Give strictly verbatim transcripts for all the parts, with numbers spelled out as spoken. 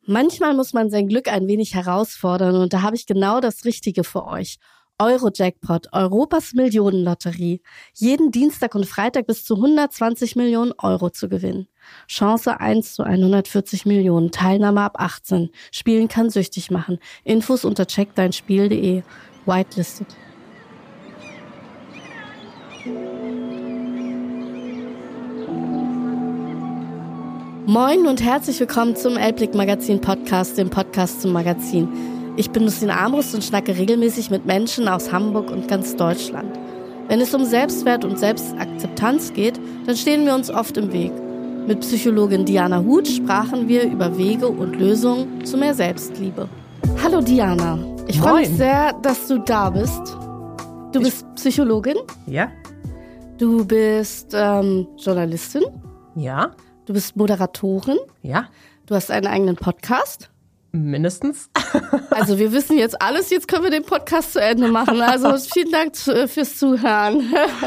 Manchmal muss man sein Glück ein wenig herausfordern und da habe ich genau das Richtige für euch. Eurojackpot, Europas Millionenlotterie. Jeden Dienstag und Freitag bis zu hundertzwanzig Millionen Euro zu gewinnen. Chance eins zu hundertvierzig Millionen. Teilnahme ab achtzehn. Spielen kann süchtig machen. Infos unter check dein spiel punkt de. Whitelisted. Moin und herzlich willkommen zum Elbblick Magazin Podcast, dem Podcast zum Magazin. Ich bin Lucien Armbrust und schnacke regelmäßig mit Menschen aus Hamburg und ganz Deutschland. Wenn es um Selbstwert und Selbstakzeptanz geht, dann stehen wir uns oft im Weg. Mit Psychologin Diana Huth sprachen wir über Wege und Lösungen zu mehr Selbstliebe. Hallo Diana, ich freue mich sehr, dass du da bist. Du bist ich, Psychologin? Ja. Du bist ähm, Journalistin? Ja. Du bist Moderatorin? Ja. Du hast einen eigenen Podcast? Mindestens. Also wir wissen jetzt alles, jetzt können wir den Podcast zu Ende machen. Also vielen Dank fürs Zuhören.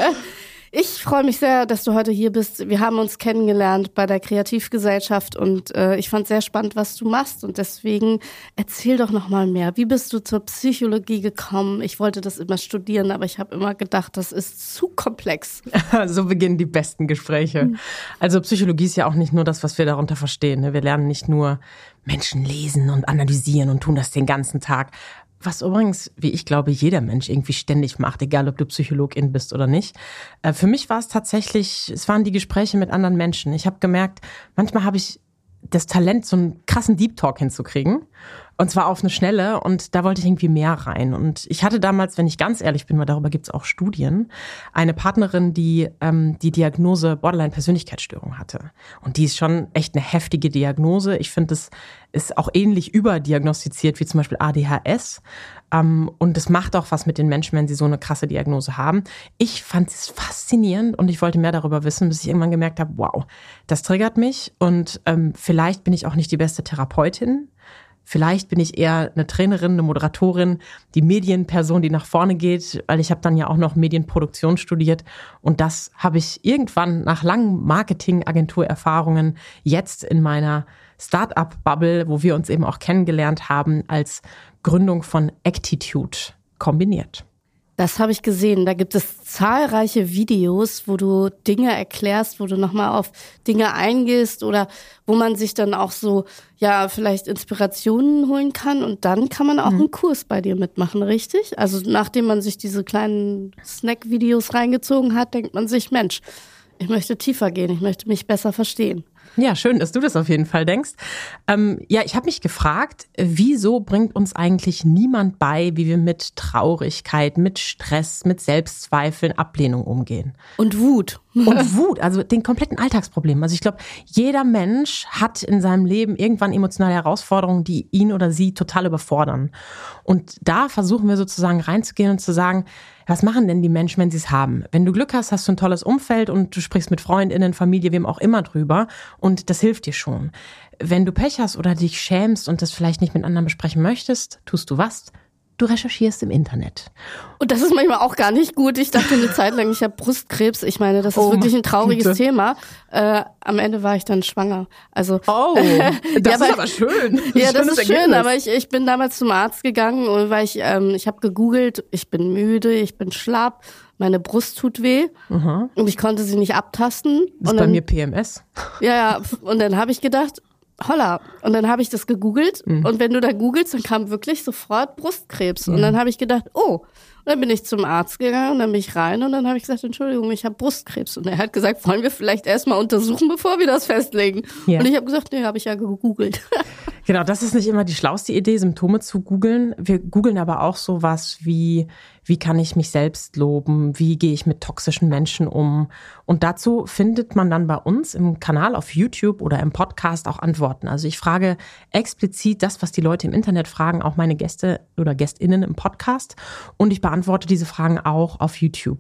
Ich freue mich sehr, dass du heute hier bist. Wir haben uns kennengelernt bei der Kreativgesellschaft und äh, ich fand sehr spannend, was du machst. Und deswegen erzähl doch noch mal mehr. Wie bist du zur Psychologie gekommen? Ich wollte das immer studieren, aber ich habe immer gedacht, das ist zu komplex. So beginnen die besten Gespräche. Mhm. Also Psychologie ist ja auch nicht nur das, was wir darunter verstehen. Wir lernen nicht nur Menschen lesen und analysieren und tun das den ganzen Tag. Was übrigens, wie ich glaube, jeder Mensch irgendwie ständig macht, egal ob du Psychologin bist oder nicht. Für mich war es tatsächlich, es waren die Gespräche mit anderen Menschen. Ich habe gemerkt, manchmal habe ich das Talent, so einen krassen Deep Talk hinzukriegen. Und zwar auf eine Schnelle. Und da wollte ich irgendwie mehr rein. Und ich hatte damals, wenn ich ganz ehrlich bin, weil darüber gibt es auch Studien, eine Partnerin, die ähm, die Diagnose Borderline-Persönlichkeitsstörung hatte. Und die ist schon echt eine heftige Diagnose. Ich finde, das ist auch ähnlich überdiagnostiziert wie zum Beispiel A D H S. Ähm, und das macht auch was mit den Menschen, wenn sie so eine krasse Diagnose haben. Ich fand es faszinierend und ich wollte mehr darüber wissen, bis ich irgendwann gemerkt habe, wow, das triggert mich. Und ähm, vielleicht bin ich auch nicht die beste Therapeutin. Vielleicht bin ich eher eine Trainerin, eine Moderatorin, die Medienperson, die nach vorne geht, weil ich habe dann ja auch noch Medienproduktion studiert und das habe ich irgendwann nach langen Marketingagenturerfahrungen jetzt in meiner Start-up-Bubble, wo wir uns eben auch kennengelernt haben, als Gründung von Actitude kombiniert. Das habe ich gesehen. Da gibt es zahlreiche Videos, wo du Dinge erklärst, wo du nochmal auf Dinge eingehst oder wo man sich dann auch so, ja, vielleicht Inspirationen holen kann. Und dann kann man auch mhm. einen Kurs bei dir mitmachen, richtig? Also nachdem man sich diese kleinen Snack-Videos reingezogen hat, denkt man sich, Mensch, ich möchte tiefer gehen, ich möchte mich besser verstehen. Ja, schön, dass du das auf jeden Fall denkst. Ähm, ja, ich habe mich gefragt, wieso bringt uns eigentlich niemand bei, wie wir mit Traurigkeit, mit Stress, mit Selbstzweifeln, Ablehnung umgehen? Und Wut. Und Wut, also den kompletten Alltagsproblemen. Also ich glaube, jeder Mensch hat in seinem Leben irgendwann emotionale Herausforderungen, die ihn oder sie total überfordern. Und da versuchen wir sozusagen reinzugehen und zu sagen, was machen denn die Menschen, wenn sie es haben? Wenn du Glück hast, hast du ein tolles Umfeld und du sprichst mit Freundinnen, Familie, wem auch immer drüber und das hilft dir schon. Wenn du Pech hast oder dich schämst und das vielleicht nicht mit anderen besprechen möchtest, tust du was? Du recherchierst im Internet. Und das ist manchmal auch gar nicht gut. Ich dachte eine Zeit lang, ich habe Brustkrebs. Ich meine, das ist oh, wirklich ein trauriges Güte. Thema. Äh, am Ende war ich dann schwanger. Also oh, das ja, ist aber schön. Ja, das ist Ergebnis. Schön. Aber ich, ich bin damals zum Arzt gegangen, weil ich, ähm, ich habe gegoogelt. Ich bin müde, ich bin schlapp, meine Brust tut weh mhm. und ich konnte sie nicht abtasten. Das ist und bei dann, mir P M S. Ja, ja. Und dann habe ich gedacht, holla. Und dann habe ich das gegoogelt mhm. und wenn du da googelst, dann kam wirklich sofort Brustkrebs. Mhm. Und dann habe ich gedacht, oh. Und dann bin ich zum Arzt gegangen und dann bin ich rein und dann habe ich gesagt, Entschuldigung, ich habe Brustkrebs. Und er hat gesagt, wollen wir vielleicht erstmal untersuchen, bevor wir das festlegen. Ja. Und ich habe gesagt, nee, habe ich ja gegoogelt. Genau, das ist nicht immer die schlauste Idee, Symptome zu googeln. Wir googeln aber auch sowas wie, wie kann ich mich selbst loben, wie gehe ich mit toxischen Menschen um. Und dazu findet man dann bei uns im Kanal auf YouTube oder im Podcast auch Antworten. Also ich frage explizit das, was die Leute im Internet fragen, auch meine Gäste oder GästInnen im Podcast. Und ich beantworte diese Fragen auch auf YouTube.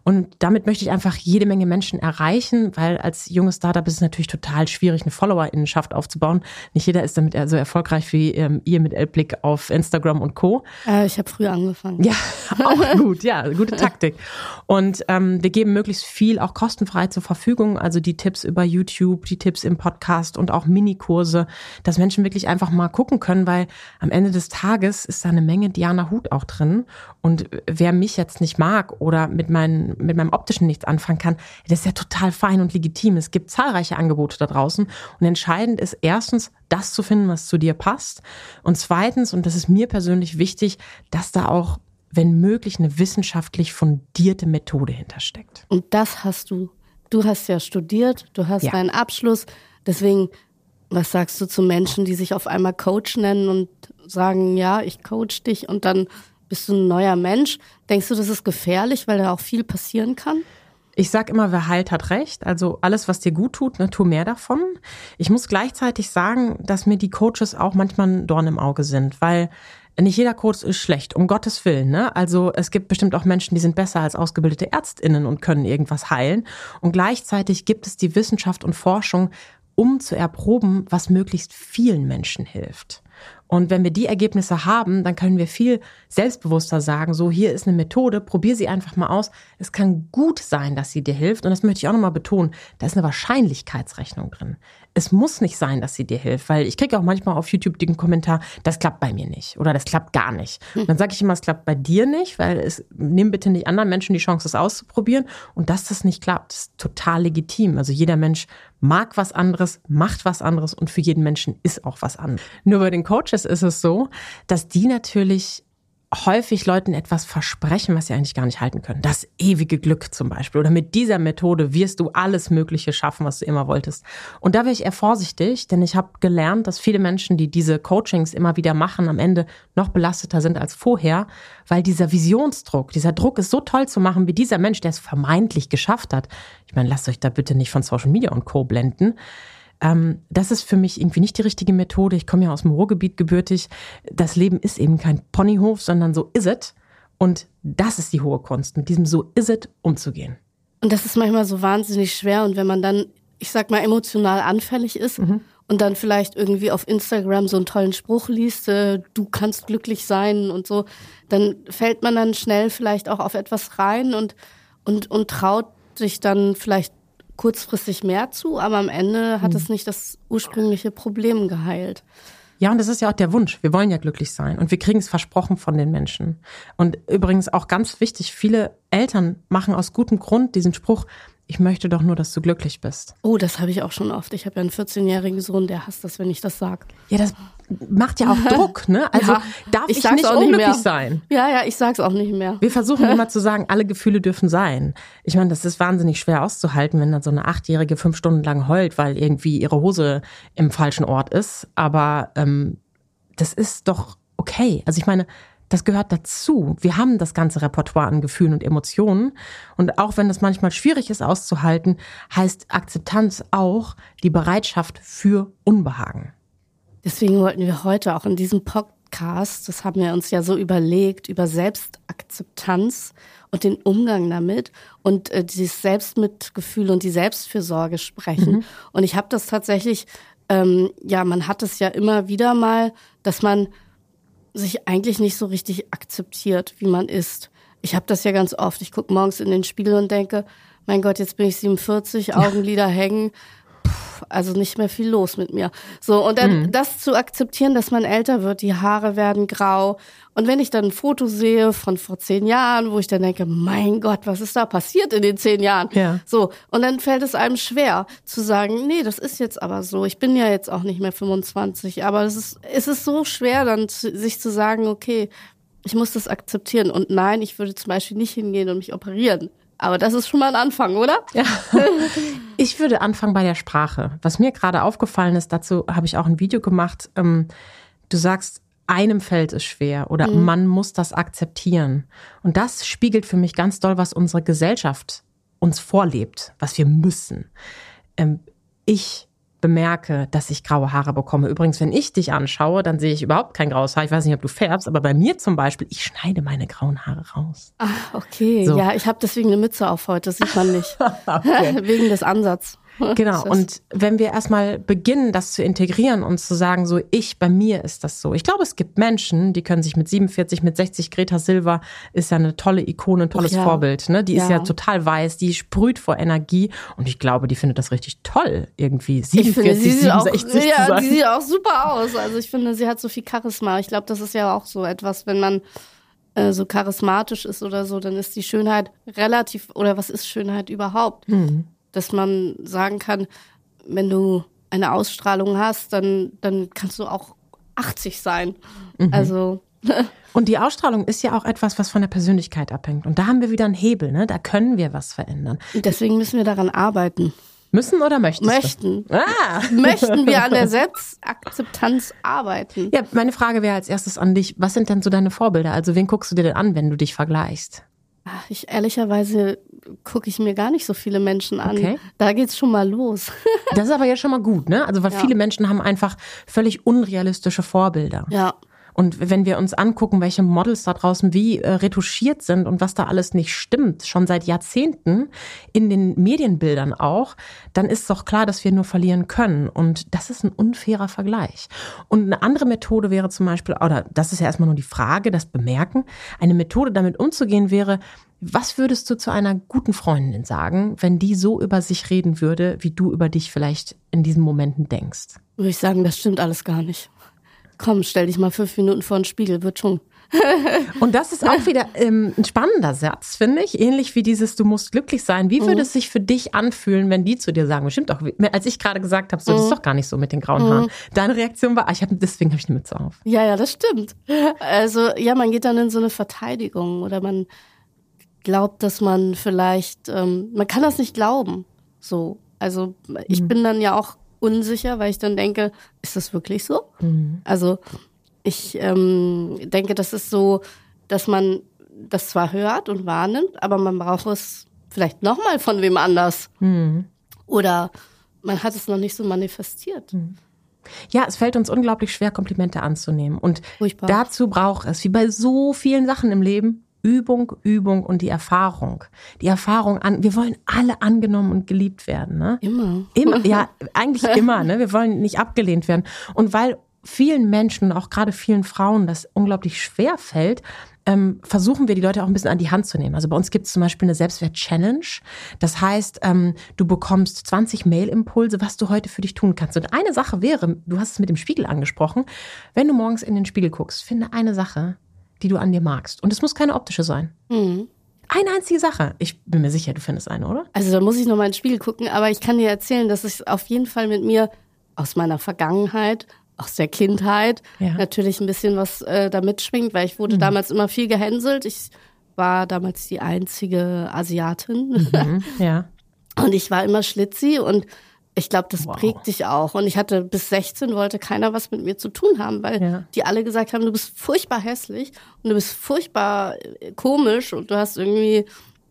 Und damit möchte ich einfach jede Menge Menschen erreichen, weil als junges Startup ist es natürlich total schwierig, eine Followerinnenschaft aufzubauen. Nicht jeder ist damit so erfolgreich wie ähm, ihr mit Elbblick auf Instagram und Co. Äh, ich habe früher angefangen. Ja, auch gut, ja, gute Taktik. Und ähm, wir geben möglichst viel auch kostenfrei zur Verfügung, also die Tipps über YouTube, die Tipps im Podcast und auch Minikurse, dass Menschen wirklich einfach mal gucken können, weil am Ende des Tages ist da eine Menge Diana Huth auch drin. Und wer mich jetzt nicht mag oder mit, meinen, mit meinem Optischen nichts anfangen kann, das ist ja total fein und legitim. Es gibt zahlreiche Angebote da draußen. Und entscheidend ist erstens, das zu finden, was zu dir passt. Und zweitens, und das ist mir persönlich wichtig, dass da auch, wenn möglich, eine wissenschaftlich fundierte Methode hintersteckt. Und das hast du. Du hast ja studiert, du hast ja deinen Abschluss. Deswegen, was sagst du zu Menschen, die sich auf einmal Coach nennen und sagen, ja, ich coach dich und dann bist du ein neuer Mensch? Denkst du, das ist gefährlich, weil da auch viel passieren kann? Ich sag immer, wer heilt, hat recht. Also alles, was dir gut tut, ne, tu mehr davon. Ich muss gleichzeitig sagen, dass mir die Coaches auch manchmal ein Dorn im Auge sind, weil nicht jeder Coach ist schlecht, um Gottes Willen. Ne? Also es gibt bestimmt auch Menschen, die sind besser als ausgebildete ÄrztInnen und können irgendwas heilen. Und gleichzeitig gibt es die Wissenschaft und Forschung, um zu erproben, was möglichst vielen Menschen hilft. Und wenn wir die Ergebnisse haben, dann können wir viel selbstbewusster sagen, so hier ist eine Methode, probier sie einfach mal aus. Es kann gut sein, dass sie dir hilft. Und das möchte ich auch nochmal betonen, da ist eine Wahrscheinlichkeitsrechnung drin. Es muss nicht sein, dass sie dir hilft, weil ich kriege auch manchmal auf YouTube den Kommentar, das klappt bei mir nicht oder das klappt gar nicht. Und dann sage ich immer, es klappt bei dir nicht, weil es nimm bitte nicht anderen Menschen die Chance, das auszuprobieren. Und dass das nicht klappt, ist total legitim. Also jeder Mensch mag was anderes, macht was anderes und für jeden Menschen ist auch was anderes. Nur bei den Coaches ist es so, dass die natürlich häufig Leuten etwas versprechen, was sie eigentlich gar nicht halten können. Das ewige Glück zum Beispiel. Oder mit dieser Methode wirst du alles Mögliche schaffen, was du immer wolltest. Und da wäre ich eher vorsichtig, denn ich habe gelernt, dass viele Menschen, die diese Coachings immer wieder machen, am Ende noch belasteter sind als vorher, weil dieser Visionsdruck, dieser Druck, es so toll zu machen wie dieser Mensch, der es vermeintlich geschafft hat. Ich meine, lasst euch da bitte nicht von Social Media und Co. blenden. Das ist für mich irgendwie nicht die richtige Methode. Ich komme ja aus dem Ruhrgebiet gebürtig. Das Leben ist eben kein Ponyhof, sondern so is it. Und das ist die hohe Kunst, mit diesem so is it umzugehen. Und das ist manchmal so wahnsinnig schwer. Und wenn man dann, ich sag mal, emotional anfällig ist mhm. und dann vielleicht irgendwie auf Instagram so einen tollen Spruch liest, äh, du kannst glücklich sein und so, dann fällt man dann schnell vielleicht auch auf etwas rein und, und, und traut sich dann vielleicht kurzfristig mehr zu, aber am Ende hat es nicht das ursprüngliche Problem geheilt. Ja, und das ist ja auch der Wunsch. Wir wollen ja glücklich sein und wir kriegen es versprochen von den Menschen. Und übrigens auch ganz wichtig, viele Eltern machen aus gutem Grund diesen Spruch, ich möchte doch nur, dass du glücklich bist. Oh, das habe ich auch schon oft. Ich habe ja einen vierzehnjährigen Sohn, der hasst das, wenn ich das sage. Ja, das macht ja auch Druck, ne? Also ja, darf ich, ich nicht auch unglücklich nicht sein? Ja, ja, ich sag's auch nicht mehr. Wir versuchen immer zu sagen, alle Gefühle dürfen sein. Ich meine, das ist wahnsinnig schwer auszuhalten, wenn dann so eine Achtjährige fünf Stunden lang heult, weil irgendwie ihre Hose im falschen Ort ist. Aber ähm, das ist doch okay. Also ich meine, das gehört dazu. Wir haben das ganze Repertoire an Gefühlen und Emotionen. Und auch wenn das manchmal schwierig ist auszuhalten, heißt Akzeptanz auch die Bereitschaft für Unbehagen. Deswegen wollten wir heute auch in diesem Podcast, das haben wir uns ja so überlegt, über Selbstakzeptanz und den Umgang damit und äh, dieses Selbstmitgefühl und die Selbstfürsorge sprechen. Mhm. Und ich habe das tatsächlich, ähm, ja, man hat es ja immer wieder mal, dass man sich eigentlich nicht so richtig akzeptiert, wie man ist. Ich habe das ja ganz oft. Ich gucke morgens in den Spiegel und denke, mein Gott, jetzt bin ich siebenundvierzig, Augenlider hängen, Puh, also nicht mehr viel los mit mir. So, und dann mhm. das zu akzeptieren, dass man älter wird, die Haare werden grau. Und wenn ich dann ein Foto sehe von vor zehn Jahren, wo ich dann denke, mein Gott, was ist da passiert in den zehn Jahren? Ja. So, und dann fällt es einem schwer zu sagen, nee, das ist jetzt aber so. Ich bin ja jetzt auch nicht mehr fünfundzwanzig, aber es ist, es ist so schwer, dann zu, sich zu sagen, okay, ich muss das akzeptieren. Und nein, ich würde zum Beispiel nicht hingehen und mich operieren. Aber das ist schon mal ein Anfang, oder? Ja. Ich würde anfangen bei der Sprache. Was mir gerade aufgefallen ist, dazu habe ich auch ein Video gemacht. Ähm, du sagst, einem fällt es schwer oder mhm. man muss das akzeptieren. Und das spiegelt für mich ganz doll, was unsere Gesellschaft uns vorlebt, was wir müssen. Ähm, ich bemerke, dass ich graue Haare bekomme. Übrigens, wenn ich dich anschaue, dann sehe ich überhaupt kein graues Haar. Ich weiß nicht, ob du färbst, aber bei mir zum Beispiel, ich schneide meine grauen Haare raus. Ach, okay. So. Ja, ich habe deswegen eine Mütze auf heute, das sieht man nicht. Okay. Wegen des Ansatzes. Genau, und wenn wir erstmal beginnen, das zu integrieren und zu sagen, so ich, bei mir ist das so. Ich glaube, es gibt Menschen, die können sich mit siebenundvierzig, mit sechzig, Greta Silva ist ja eine tolle Ikone, ein tolles ja. Vorbild. Ne? Die ja. ist ja total weiß, die sprüht vor Energie und ich glaube, die findet das richtig toll, irgendwie siebenundvierzig, ich finde, sie siebenundsechzig auch, zu ja, sein. die sieht auch super aus. Also ich finde, sie hat so viel Charisma. Ich glaube, das ist ja auch so etwas, wenn man äh, so charismatisch ist oder so, dann ist die Schönheit relativ, oder was ist Schönheit überhaupt? Mhm. Dass man sagen kann, wenn du eine Ausstrahlung hast, dann, dann kannst du auch achtzig sein. Mhm. Also. Und die Ausstrahlung ist ja auch etwas, was von der Persönlichkeit abhängt. Und da haben wir wieder einen Hebel, ne? Da können wir was verändern. Deswegen müssen wir daran arbeiten. Müssen oder möchtest Möchten. du? Ah. Möchten wir an der Selbstakzeptanz arbeiten? Ja, meine Frage wäre als erstes an dich, was sind denn so deine Vorbilder? Also wen guckst du dir denn an, wenn du dich vergleichst? Ach, ich ehrlicherweise gucke ich mir gar nicht so viele Menschen an. Okay. Da geht's schon mal los. Das ist aber ja schon mal gut, ne? Also weil ja. viele Menschen haben einfach völlig unrealistische Vorbilder. Ja. Und wenn wir uns angucken, welche Models da draußen wie äh, retuschiert sind und was da alles nicht stimmt, schon seit Jahrzehnten, in den Medienbildern auch, dann ist doch klar, dass wir nur verlieren können. Und das ist ein unfairer Vergleich. Und eine andere Methode wäre zum Beispiel, oder das ist ja erstmal nur die Frage, das Bemerken, eine Methode damit umzugehen wäre, was würdest du zu einer guten Freundin sagen, wenn die so über sich reden würde, wie du über dich vielleicht in diesen Momenten denkst? Würde ich sagen, das stimmt alles gar nicht. Komm, stell dich mal fünf Minuten vor den Spiegel, wird schon. Und das ist auch wieder ähm, ein spannender Satz, finde ich. Ähnlich wie dieses, du musst glücklich sein. Wie würde mhm. es sich für dich anfühlen, wenn die zu dir sagen, bestimmt doch, als ich gerade gesagt habe, so, mhm. das ist doch gar nicht so mit den grauen Haaren. Mhm. Deine Reaktion war, ich hab, deswegen habe ich eine Mütze auf. Ja, ja, das stimmt. Also, ja, man geht dann in so eine Verteidigung oder man glaubt, dass man vielleicht, ähm, man kann das nicht glauben. So, also ich mhm. bin dann ja auch unsicher, weil ich dann denke, ist das wirklich so? Mhm. Also ich ähm, denke, das ist so, dass man das zwar hört und wahrnimmt, aber man braucht es vielleicht nochmal von wem anders. Mhm. Oder man hat es noch nicht so manifestiert. Mhm. Ja, es fällt uns unglaublich schwer, Komplimente anzunehmen. Und Furchtbar. Dazu braucht es, wie bei so vielen Sachen im Leben, Übung, Übung und die Erfahrung. Die Erfahrung an, wir wollen alle angenommen und geliebt werden, ne? Immer. Immer, ja, eigentlich immer, ne? Wir wollen nicht abgelehnt werden. Und weil vielen Menschen, auch gerade vielen Frauen, das unglaublich schwer fällt, ähm, versuchen wir, die Leute auch ein bisschen an die Hand zu nehmen. Also bei uns gibt es zum Beispiel eine Selbstwert-Challenge. Das heißt, ähm, du bekommst zwanzig Mail-Impulse, was du heute für dich tun kannst. Und eine Sache wäre, du hast es mit dem Spiegel angesprochen, wenn du morgens in den Spiegel guckst, finde eine Sache, die du an dir magst. Und es muss keine optische sein. Mhm. Eine einzige Sache. Ich bin mir sicher, du findest eine, oder? Also da muss ich noch mal ins Spiegel gucken, aber ich kann dir erzählen, dass ich auf jeden Fall mit mir aus meiner Vergangenheit, aus der Kindheit, ja. natürlich ein bisschen was äh, da mitschwingt, weil ich wurde mhm. damals immer viel gehänselt. Ich war damals die einzige Asiatin. Mhm. Ja. Und ich war immer schlitzi und ich glaube, das wow. prägt dich auch. Und ich hatte bis sechzehn, wollte keiner was mit mir zu tun haben, weil ja. die alle gesagt haben, du bist furchtbar hässlich und du bist furchtbar komisch und du hast irgendwie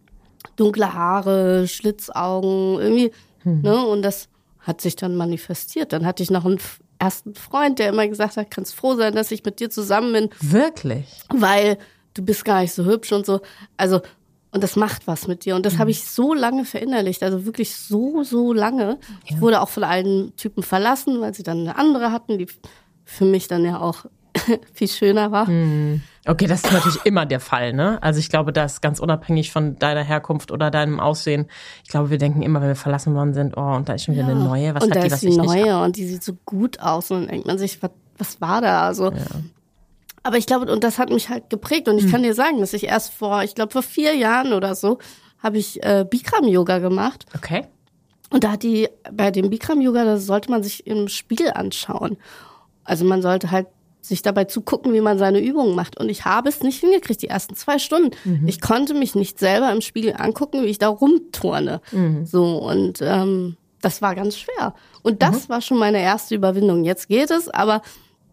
dunkle Haare, Schlitzaugen, irgendwie. Hm. Ne? Und das hat sich dann manifestiert. Dann hatte ich noch einen ersten Freund, der immer gesagt hat, kannst froh sein, dass ich mit dir zusammen bin. Wirklich? Weil du bist gar nicht so hübsch und so. Also und das macht was mit dir. Und das mhm. habe ich so lange verinnerlicht, also wirklich so, so lange. Ich ja. wurde auch von allen Typen verlassen, weil sie dann eine andere hatten, die für mich dann ja auch viel schöner war. Mhm. Okay, das ist natürlich immer der Fall, ne? Also ich glaube, das ist ganz unabhängig von deiner Herkunft oder deinem Aussehen. Ich glaube, wir denken immer, wenn wir verlassen worden sind, oh, und da ist schon wieder ja. eine neue. Was und hat da die, ist was die ich neue nicht und die sieht so gut aus. Und dann denkt man sich, was, was war da? Also ja. Aber ich glaube, und das hat mich halt geprägt. Und ich kann dir sagen, dass ich erst vor, ich glaube vor vier Jahren oder so, habe ich äh, Bikram-Yoga gemacht. Okay. Und da hat die, bei dem Bikram-Yoga, da sollte man sich im Spiegel anschauen. Also man sollte halt sich dabei zugucken, wie man seine Übungen macht. Und ich habe es nicht hingekriegt, die ersten zwei Stunden. Mhm. Ich konnte mich nicht selber im Spiegel angucken, wie ich da rumturne. Mhm. So, und ähm, das war ganz schwer. Und das mhm. war schon meine erste Überwindung. Jetzt geht es, aber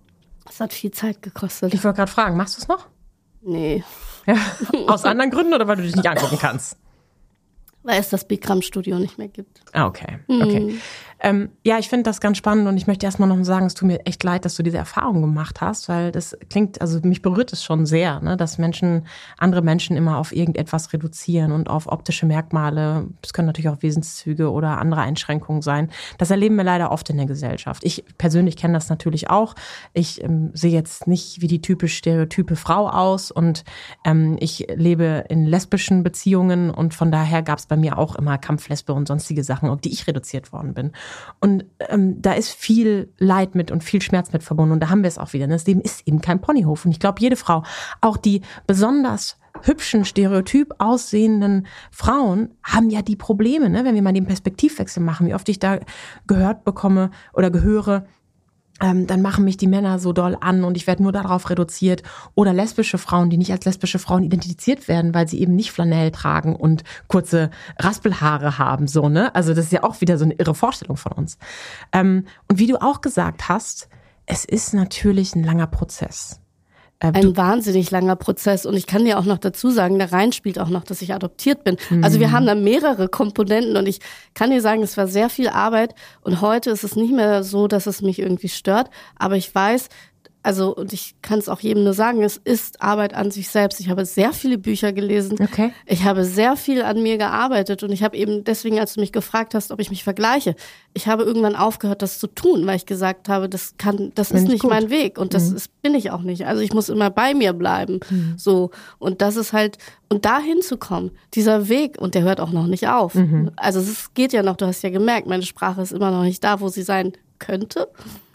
es hat viel Zeit gekostet. Ich wollte gerade fragen, machst du es noch? Nee. Ja. Aus anderen Gründen oder weil du dich nicht angucken kannst? Weil es das Bikram-Studio nicht mehr gibt. Ah, okay. okay. Ähm, ja, ich finde das ganz spannend und ich möchte erstmal noch sagen, es tut mir echt leid, dass du diese Erfahrung gemacht hast, weil das klingt, also mich berührt es schon sehr, ne, dass Menschen, andere Menschen immer auf irgendetwas reduzieren und auf optische Merkmale. Das können natürlich auch Wesenszüge oder andere Einschränkungen sein. Das erleben wir leider oft in der Gesellschaft. Ich persönlich kenne das natürlich auch. Ich ähm, sehe jetzt nicht wie die typisch stereotype Frau aus und ähm, ich lebe in lesbischen Beziehungen und von daher gab es bei mir auch immer Kampflesbe und sonstige Sachen, auf die ich reduziert worden bin. Und ähm, da ist viel Leid mit und viel Schmerz mit verbunden und da haben wir es auch wieder. Das Leben ist eben kein Ponyhof und ich glaube, jede Frau, auch die besonders hübschen, stereotyp aussehenden Frauen haben ja die Probleme, ne? Wenn wir mal den Perspektivwechsel machen, wie oft ich da gehört bekomme oder gehöre, ähm, dann machen mich die Männer so doll an und ich werde nur darauf reduziert. Oder lesbische Frauen, die nicht als lesbische Frauen identifiziert werden, weil sie eben nicht Flanell tragen und kurze Raspelhaare haben, so, ne? Also das ist ja auch wieder so eine irre Vorstellung von uns. Ähm, und wie du auch gesagt hast, es ist natürlich ein langer Prozess. Ein wahnsinnig langer Prozess und ich kann dir auch noch dazu sagen, da rein spielt auch noch, dass ich adoptiert bin. Mhm. Also wir haben da mehrere Komponenten und ich kann dir sagen, es war sehr viel Arbeit und heute ist es nicht mehr so, dass es mich irgendwie stört, aber ich weiß, also und ich kann es auch jedem nur sagen, es ist Arbeit an sich selbst. Ich habe sehr viele Bücher gelesen. Okay. Ich habe sehr viel an mir gearbeitet und ich habe eben deswegen, als du mich gefragt hast, ob ich mich vergleiche, ich habe irgendwann aufgehört, das zu tun, weil ich gesagt habe, das kann, das ist nicht mein Weg und das mhm. ist, bin ich auch nicht. Also ich muss immer bei mir bleiben. Mhm. So. Und das ist halt, und da hinzukommen, dieser Weg, und der hört auch noch nicht auf. Mhm. Also es geht ja noch, du hast ja gemerkt, meine Sprache ist immer noch nicht da, wo sie sein könnte.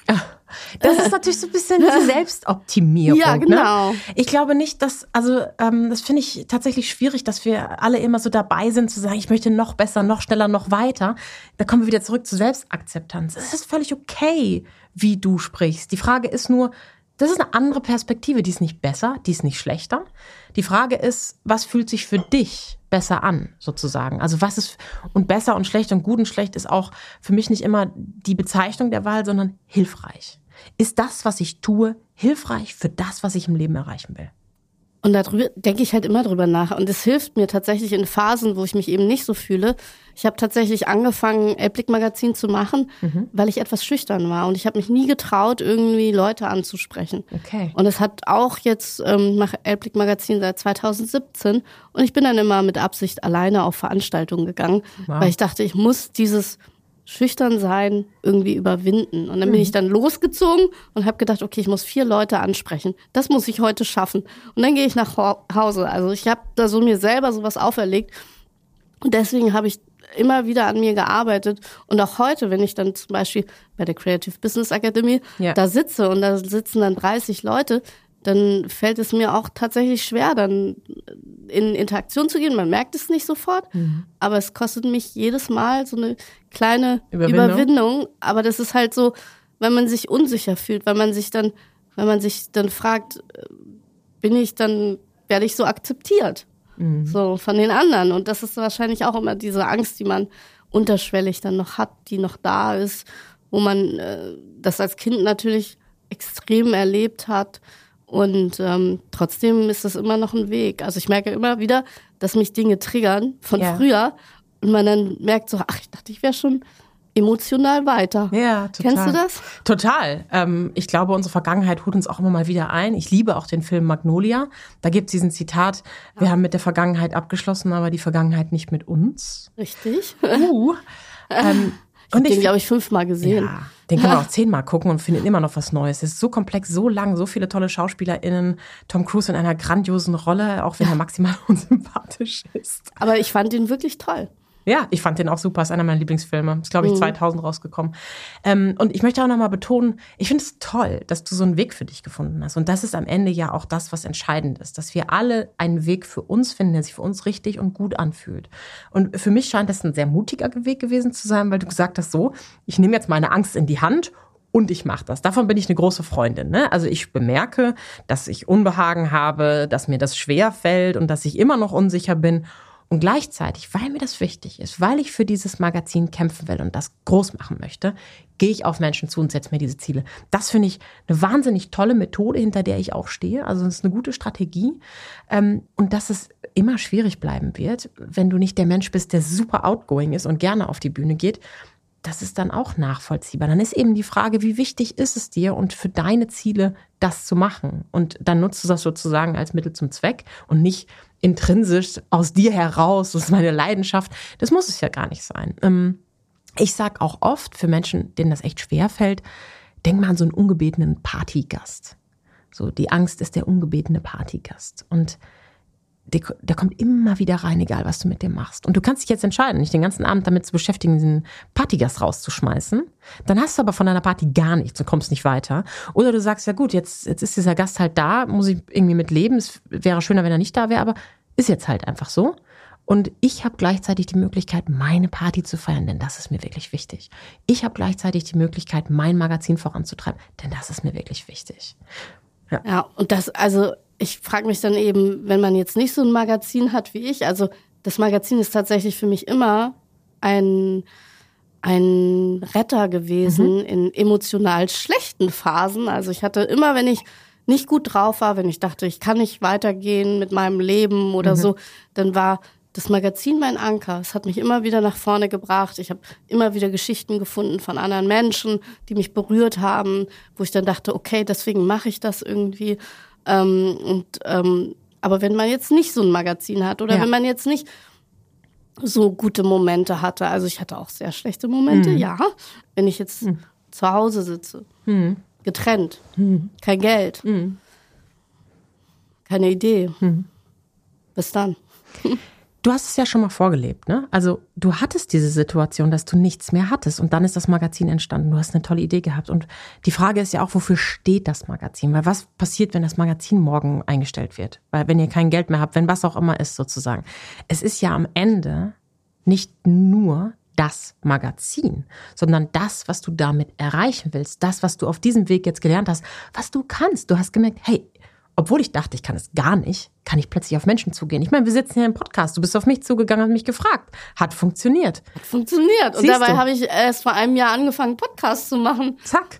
Das ist natürlich so ein bisschen diese Selbstoptimierung. Ja, genau. Ne? Ich glaube nicht, dass, also ähm, das finde ich tatsächlich schwierig, dass wir alle immer so dabei sind, zu sagen, ich möchte noch besser, noch schneller, noch weiter. Da kommen wir wieder zurück zur Selbstakzeptanz. Es ist völlig okay, wie du sprichst. Die Frage ist nur, das ist eine andere Perspektive, die ist nicht besser, die ist nicht schlechter. Die Frage ist, was fühlt sich für dich besser an, sozusagen? Also was ist, und besser und schlecht und gut und schlecht ist auch für mich nicht immer die Bezeichnung der Wahl, sondern hilfreich. Ist das, was ich tue, hilfreich für das, was ich im Leben erreichen will? Und darüber denke ich halt immer drüber nach. Und es hilft mir tatsächlich in Phasen, wo ich mich eben nicht so fühle. Ich habe tatsächlich angefangen, Elbblick-Magazin zu machen, mhm. weil ich etwas schüchtern war. Und ich habe mich nie getraut, irgendwie Leute anzusprechen. Okay. Und es hat auch jetzt, ähm, ich mache Elbblick-Magazin seit zweitausendsiebzehn. Und ich bin dann immer mit Absicht alleine auf Veranstaltungen gegangen, wow. weil ich dachte, ich muss dieses schüchtern sein irgendwie überwinden. Und dann bin ich dann losgezogen und habe gedacht, okay, ich muss vier Leute ansprechen. Das muss ich heute schaffen. Und dann gehe ich nach Hause. Also ich habe da so mir selber sowas auferlegt. Und deswegen habe ich immer wieder an mir gearbeitet. Und auch heute, wenn ich dann zum Beispiel bei der Creative Business Academy ja. da sitze und da sitzen dann dreißig Leute, dann fällt es mir auch tatsächlich schwer, dann in Interaktion zu gehen. Man merkt es nicht sofort, mhm. aber es kostet mich jedes Mal so eine kleine Überwindung. Überwindung. Aber das ist halt so, wenn man sich unsicher fühlt, wenn man sich dann, wenn man sich dann fragt, bin ich dann, werde ich so akzeptiert, mhm. so von den anderen. Und das ist wahrscheinlich auch immer diese Angst, die man unterschwellig dann noch hat, die noch da ist, wo man äh, das als Kind natürlich extrem erlebt hat. Und ähm, trotzdem ist das immer noch ein Weg. Also ich merke immer wieder, dass mich Dinge triggern von ja. früher und man dann merkt so, ach, ich dachte, ich wäre schon emotional weiter. Ja, total. Kennst du das? Total. Ähm, ich glaube, unsere Vergangenheit holt uns auch immer mal wieder ein. Ich liebe auch den Film Magnolia. Da gibt es diesen Zitat, wir ja. haben mit der Vergangenheit abgeschlossen, aber die Vergangenheit nicht mit uns. Richtig. Uh. ähm, ich habe den, glaube ich, fünfmal gesehen. Ja, den kann man auch zehnmal gucken und findet immer noch was Neues. Es ist so komplex, so lang, so viele tolle SchauspielerInnen. Tom Cruise in einer grandiosen Rolle, auch wenn er maximal unsympathisch ist. Aber ich fand ihn wirklich toll. Ja, ich fand den auch super. Ist einer meiner Lieblingsfilme. Ist, glaube ich, zweitausend rausgekommen. Ähm, und ich möchte auch noch mal betonen, ich finde es toll, dass du so einen Weg für dich gefunden hast. Und das ist am Ende ja auch das, was entscheidend ist. Dass wir alle einen Weg für uns finden, der sich für uns richtig und gut anfühlt. Und für mich scheint das ein sehr mutiger Weg gewesen zu sein, weil du gesagt hast, so, ich nehme jetzt meine Angst in die Hand und ich mache das. Davon bin ich eine große Freundin. Ne? Also ich bemerke, dass ich Unbehagen habe, dass mir das schwer fällt und dass ich immer noch unsicher bin. Und gleichzeitig, weil mir das wichtig ist, weil ich für dieses Magazin kämpfen will und das groß machen möchte, gehe ich auf Menschen zu und setze mir diese Ziele. Das finde ich eine wahnsinnig tolle Methode, hinter der ich auch stehe. Also es ist eine gute Strategie. Und dass es immer schwierig bleiben wird, wenn du nicht der Mensch bist, der super outgoing ist und gerne auf die Bühne geht. das ist dann auch nachvollziehbar. Dann ist eben die Frage, wie wichtig ist es dir und für deine Ziele das zu machen? Und dann nutzt du das sozusagen als Mittel zum Zweck und nicht intrinsisch aus dir heraus, das ist meine Leidenschaft. Das muss es ja gar nicht sein. Ich sage auch oft für Menschen, denen das echt schwer fällt, denk mal an so einen ungebetenen Partygast. So, die Angst ist der ungebetene Partygast. Und der, der kommt immer wieder rein, egal was du mit dem machst. Und du kannst dich jetzt entscheiden, nicht den ganzen Abend damit zu beschäftigen, diesen Partygast rauszuschmeißen. Dann hast du aber von deiner Party gar nichts und kommst nicht weiter. Oder du sagst, ja gut, jetzt, jetzt ist dieser Gast halt da, muss ich irgendwie mit leben. Es wäre schöner, wenn er nicht da wäre, aber ist jetzt halt einfach so. Und ich habe gleichzeitig die Möglichkeit, meine Party zu feiern, denn das ist mir wirklich wichtig. Ich habe gleichzeitig die Möglichkeit, mein Magazin voranzutreiben, denn das ist mir wirklich wichtig. Ja, ja und das, also ich frage mich dann eben, wenn man jetzt nicht so ein Magazin hat wie ich, also das Magazin ist tatsächlich für mich immer ein, ein Retter gewesen mhm. in emotional schlechten Phasen. Also ich hatte immer, wenn ich nicht gut drauf war, wenn ich dachte, ich kann nicht weitergehen mit meinem Leben oder mhm. so, dann war das Magazin mein Anker. Es hat mich immer wieder nach vorne gebracht. Ich habe immer wieder Geschichten gefunden von anderen Menschen, die mich berührt haben, wo ich dann dachte, okay, deswegen mache ich das irgendwie. Ähm, und ähm, aber wenn man jetzt nicht so ein Magazin hat oder ja. wenn man jetzt nicht so gute Momente hatte, also ich hatte auch sehr schlechte Momente, mhm. ja, wenn ich jetzt mhm. zu Hause sitze, mhm. getrennt, mhm. kein Geld, mhm. keine Idee, mhm. bis dann. Du hast es ja schon mal vorgelebt, ne? Also du hattest diese Situation, dass du nichts mehr hattest und dann ist das Magazin entstanden. Du hast eine tolle Idee gehabt und die Frage ist ja auch, wofür steht das Magazin? Weil was passiert, wenn das Magazin morgen eingestellt wird? Weil wenn ihr kein Geld mehr habt, wenn was auch immer ist sozusagen. Es ist ja am Ende nicht nur das Magazin, sondern das, was du damit erreichen willst, das, was du auf diesem Weg jetzt gelernt hast, was du kannst. Du hast gemerkt, hey, obwohl ich dachte, ich kann es gar nicht, kann ich plötzlich auf Menschen zugehen. Ich meine, wir sitzen hier im Podcast. Du bist auf mich zugegangen und hast mich gefragt. Hat funktioniert. Hat funktioniert. Und Siehst dabei habe ich erst vor einem Jahr angefangen, Podcasts zu machen. Zack.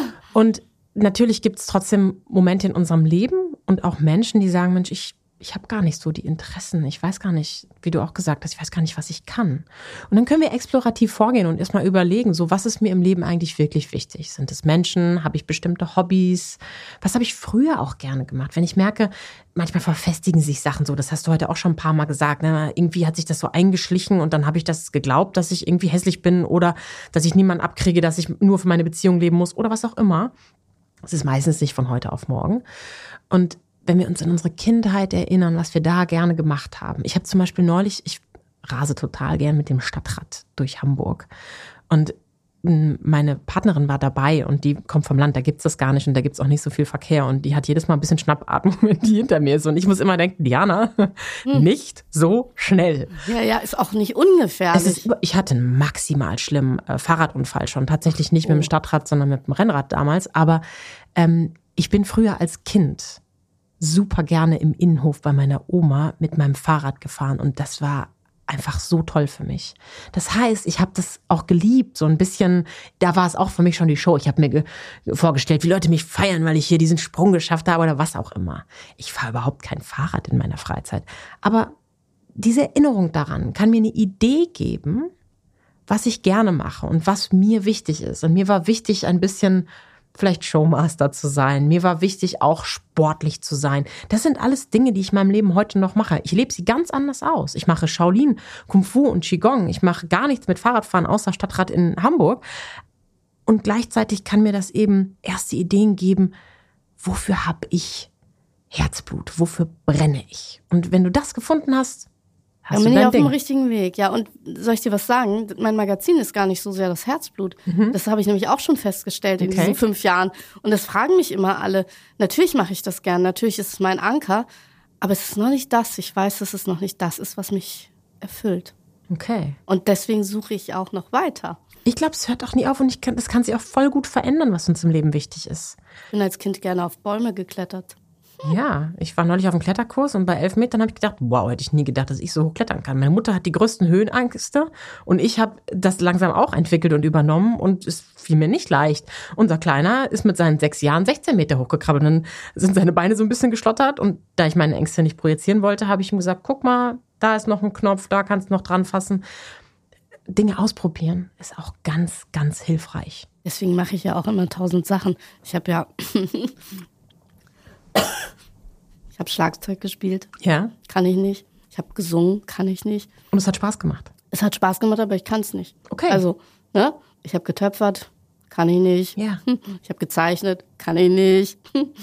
Und natürlich gibt es trotzdem Momente in unserem Leben und auch Menschen, die sagen, Mensch, ich ich habe gar nicht so die Interessen. Ich weiß gar nicht, wie du auch gesagt hast, ich weiß gar nicht, was ich kann. Und dann können wir explorativ vorgehen und erstmal überlegen, so was ist mir im Leben eigentlich wirklich wichtig? Sind es Menschen? Habe ich bestimmte Hobbys? Was habe ich früher auch gerne gemacht? Wenn ich merke, manchmal verfestigen sich Sachen so, das hast du heute auch schon ein paar Mal gesagt, ne? Irgendwie hat sich das so eingeschlichen und dann habe ich das geglaubt, dass ich irgendwie hässlich bin oder dass ich niemanden abkriege, dass ich nur für meine Beziehung leben muss oder was auch immer. Das ist meistens nicht von heute auf morgen. Und wenn wir uns in unsere Kindheit erinnern, was wir da gerne gemacht haben. Ich habe zum Beispiel neulich, ich rase total gern mit dem Stadtrad durch Hamburg. Und meine Partnerin war dabei und die kommt vom Land, da gibt's das gar nicht und da gibt's auch nicht so viel Verkehr. Und die hat jedes Mal ein bisschen Schnappatmung, wenn die hinter mir ist. Und ich muss immer denken, Diana, hm. nicht so schnell. Ja, ja, ist auch nicht ungefährlich. Es ist, ich hatte einen maximal schlimmen äh, Fahrradunfall schon. Tatsächlich nicht oh. mit dem Stadtrad, sondern mit dem Rennrad damals. Aber ähm, ich bin früher als Kind super gerne im Innenhof bei meiner Oma mit meinem Fahrrad gefahren und das war einfach so toll für mich. Das heißt, ich habe das auch geliebt, so ein bisschen, da war es auch für mich schon die Show. Ich habe mir ge- vorgestellt, wie Leute mich feiern, weil ich hier diesen Sprung geschafft habe oder was auch immer. Ich fahre überhaupt kein Fahrrad in meiner Freizeit. Aber diese Erinnerung daran kann mir eine Idee geben, was ich gerne mache und was mir wichtig ist. Und mir war wichtig, ein bisschen vielleicht Showmaster zu sein. Mir war wichtig, auch sportlich zu sein. Das sind alles Dinge, die ich in meinem Leben heute noch mache. Ich lebe sie ganz anders aus. Ich mache Shaolin, Kung Fu und Qigong. Ich mache gar nichts mit Fahrradfahren außer Stadtrad in Hamburg. Und gleichzeitig kann mir das eben erste Ideen geben, wofür habe ich Herzblut? Wofür brenne ich? Und wenn du das gefunden hast, Dann bin ich auf dem richtigen Weg. Ja, und soll ich dir was sagen? Mein Magazin ist gar nicht so sehr das Herzblut. Mhm. Das habe ich nämlich auch schon festgestellt in okay. diesen fünf Jahren. Und das fragen mich immer alle. Natürlich mache ich das gern. Natürlich ist es mein Anker. Aber es ist noch nicht das. Ich weiß, dass es noch nicht das ist, was mich erfüllt. Okay. Und deswegen suche ich auch noch weiter. Ich glaube, es hört auch nie auf und ich kann, das kann sich auch voll gut verändern, was uns im Leben wichtig ist. Ich bin als Kind gerne auf Bäume geklettert. Ja, ich war neulich auf einem Kletterkurs und bei elf Metern habe ich gedacht, wow, hätte ich nie gedacht, dass ich so hoch klettern kann. Meine Mutter hat die größten Höhenängste und ich habe das langsam auch entwickelt und übernommen und es fiel mir nicht leicht. Unser Kleiner ist mit seinen sechs Jahren sechzehn Meter hochgekrabbelt und dann sind seine Beine so ein bisschen geschlottert und da ich meine Ängste nicht projizieren wollte, habe ich ihm gesagt, guck mal, da ist noch ein Knopf, da kannst du noch dran fassen. Dinge ausprobieren ist auch ganz, ganz hilfreich. Deswegen mache ich ja auch immer tausend Sachen. Ich habe ja ich habe Schlagzeug gespielt. Ja. Kann ich nicht. Ich habe gesungen. Kann ich nicht. Und es hat Spaß gemacht? Es hat Spaß gemacht, aber ich kann es nicht. Okay. Also, ne? Ich habe getöpfert. Kann ich nicht. Ja. Ich habe gezeichnet. Kann ich nicht.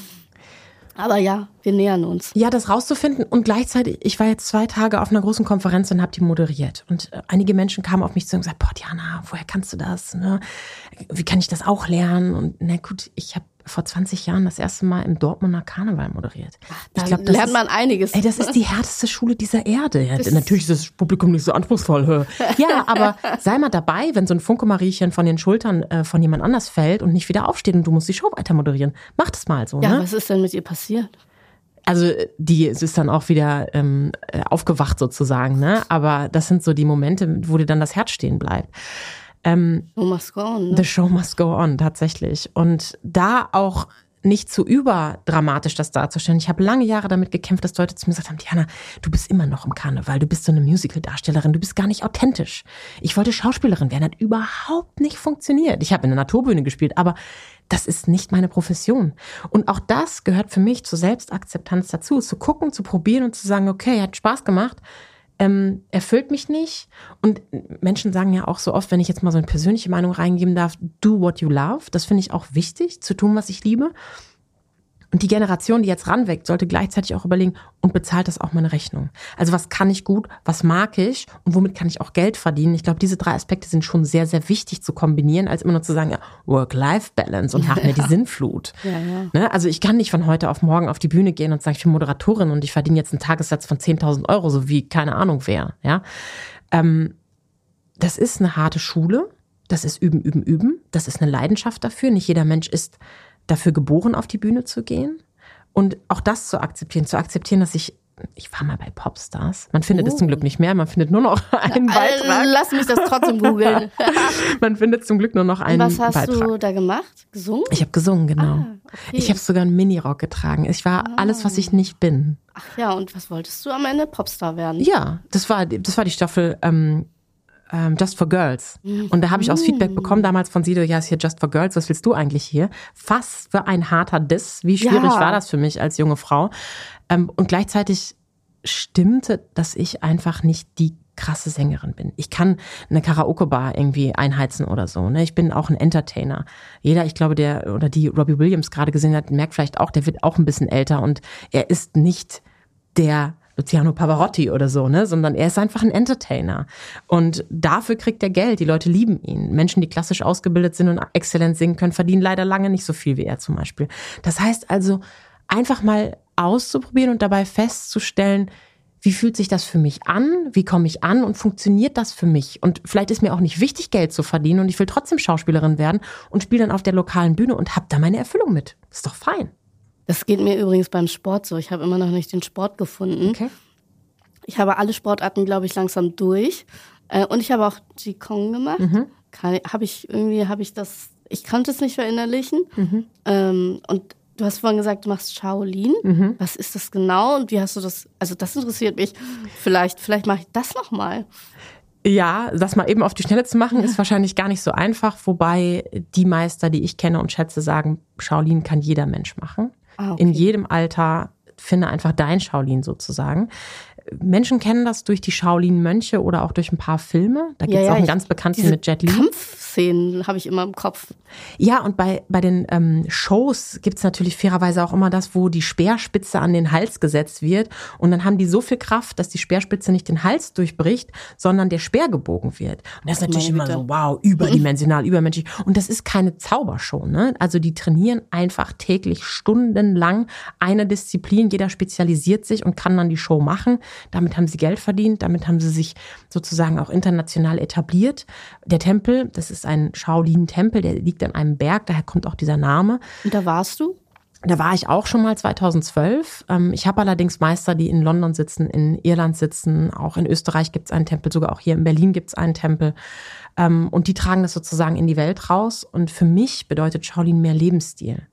Aber ja, wir nähern uns. Ja, das rauszufinden und gleichzeitig, ich war jetzt zwei Tage auf einer großen Konferenz und habe die moderiert. Und äh, einige Menschen kamen auf mich zu und gesagt, boah, Diana, woher kannst du das? Ne? Wie kann ich das auch lernen? Und na gut, ich habe vor zwanzig Jahren das erste Mal im Dortmunder Karneval moderiert. Ach, ich da glaub, lernt ist, man einiges. Ey, das ist die härteste Schule dieser Erde. Ja, natürlich ist das Publikum nicht so anspruchsvoll. Ja, aber sei mal dabei, wenn so ein Funke-Mariechen von den Schultern äh, von jemand anders fällt und nicht wieder aufsteht und du musst die Show weiter moderieren. Mach das mal so. Ja, ne? Was ist denn mit ihr passiert? Also die es ist dann auch wieder ähm, aufgewacht sozusagen, ne? Aber das sind so die Momente, wo dir dann das Herz stehen bleibt. Ähm, Show must go on. Ne? The show must go on, tatsächlich. Und da auch nicht zu überdramatisch das darzustellen. Ich habe lange Jahre damit gekämpft, dass Leute zu mir gesagt haben, Diana, du bist immer noch im Karneval, du bist so eine Musical-Darstellerin, du bist gar nicht authentisch. Ich wollte Schauspielerin werden, hat überhaupt nicht funktioniert. Ich habe in der Naturbühne gespielt, aber das ist nicht meine Profession. Und auch das gehört für mich zur Selbstakzeptanz dazu, zu gucken, zu probieren und zu sagen, okay, hat Spaß gemacht, ähm, erfüllt mich nicht. Und Menschen sagen ja auch so oft, wenn ich jetzt mal so eine persönliche Meinung reingeben darf, do what you love. Das finde ich auch wichtig, zu tun, was ich liebe. Und die Generation, die jetzt ranwächst, sollte gleichzeitig auch überlegen, und bezahlt das auch meine Rechnung? Also was kann ich gut, was mag ich und womit kann ich auch Geld verdienen? Ich glaube, diese drei Aspekte sind schon sehr, sehr wichtig zu kombinieren, als immer nur zu sagen, ja, Work-Life-Balance und nach mir die Sinnflut. Ja, ja. Ne? Also ich kann nicht von heute auf morgen auf die Bühne gehen und sagen, ich bin Moderatorin und ich verdiene jetzt einen Tagessatz von zehntausend Euro, so wie keine Ahnung wer. Ja? Ähm, das ist eine harte Schule, das ist Üben, Üben, Üben, das ist eine Leidenschaft dafür. Nicht jeder Mensch ist dafür geboren, auf die Bühne zu gehen und auch das zu akzeptieren, zu akzeptieren, dass ich, ich war mal bei Popstars, man findet oh. es zum Glück nicht mehr, man findet nur noch einen Beitrag. Lass mich das trotzdem googeln. Man findet zum Glück nur noch einen Beitrag. Was hast Beitrag. du da gemacht? Gesungen? Ich habe gesungen, genau. Ah, okay. Ich habe sogar einen Minirock getragen. Ich war ah. alles, was ich nicht bin. Ach ja, und was wolltest du am Ende? Popstar werden? Ja, das war, das war die Staffel ähm, Just for Girls. Und da habe ich auch das Feedback bekommen damals von Sido, ja, ist hier Just for Girls, was willst du eigentlich hier? Was für ein harter Diss, wie schwierig ja. war das für mich als junge Frau? Und gleichzeitig stimmte, dass ich einfach nicht die krasse Sängerin bin. Ich kann eine Karaoke-Bar irgendwie einheizen oder so. Ne? Ich bin auch ein Entertainer. Jeder, ich glaube, der oder die Robbie Williams gerade gesehen hat, merkt vielleicht auch, der wird auch ein bisschen älter und er ist nicht der Luciano Pavarotti oder so, ne, sondern er ist einfach ein Entertainer. Und dafür kriegt er Geld. Die Leute lieben ihn. Menschen, die klassisch ausgebildet sind und exzellent singen können, verdienen leider lange nicht so viel wie er zum Beispiel. Das heißt also, einfach mal auszuprobieren und dabei festzustellen, wie fühlt sich das für mich an? Wie komme ich an? Und funktioniert das für mich? Und vielleicht ist mir auch nicht wichtig, Geld zu verdienen und ich will trotzdem Schauspielerin werden und spiele dann auf der lokalen Bühne und habe da meine Erfüllung mit. Ist doch fein. Das geht mir übrigens beim Sport so. Ich habe immer noch nicht den Sport gefunden. Okay. Ich habe alle Sportarten, glaube ich, langsam durch. Und ich habe auch Qigong gemacht. Mhm. Habe ich irgendwie, habe ich das, ich konnte es nicht verinnerlichen. Mhm. Und du hast vorhin gesagt, du machst Shaolin. Mhm. Was ist das genau und wie hast du das, also das interessiert mich. Vielleicht, vielleicht mache ich das nochmal. Ja, das mal eben auf die Schnelle zu machen, ist wahrscheinlich gar nicht so einfach. Wobei die Meister, die ich kenne und schätze, sagen, Shaolin kann jeder Mensch machen. Ah, okay. In jedem Alter, finde einfach dein Shaolin sozusagen. Menschen kennen das durch die Shaolin-Mönche oder auch durch ein paar Filme. Da gibt es ja, ja, auch einen ganz bekannten mit Jet Li. Kampfszenen habe ich immer im Kopf. Ja, und bei, bei den ähm, Shows gibt es natürlich fairerweise auch immer das, wo die Speerspitze an den Hals gesetzt wird. Und dann haben die so viel Kraft, dass die Speerspitze nicht den Hals durchbricht, sondern der Speer gebogen wird. Und das ist natürlich immer so, wow, überdimensional, übermenschlich. Und das ist keine Zaubershow, ne? Also die trainieren einfach täglich stundenlang eine Disziplin. Jeder spezialisiert sich und kann dann die Show machen. Damit haben sie Geld verdient, damit haben sie sich sozusagen auch international etabliert. Der Tempel, das ist ein Shaolin-Tempel, der liegt an einem Berg, daher kommt auch dieser Name. Und da warst du? Da war ich auch schon mal zweitausendzwölf. Ich habe allerdings Meister, die in London sitzen, in Irland sitzen, auch in Österreich gibt es einen Tempel, sogar auch hier in Berlin gibt es einen Tempel. Und die tragen das sozusagen in die Welt raus. Und für mich bedeutet Shaolin mehr Lebensstil.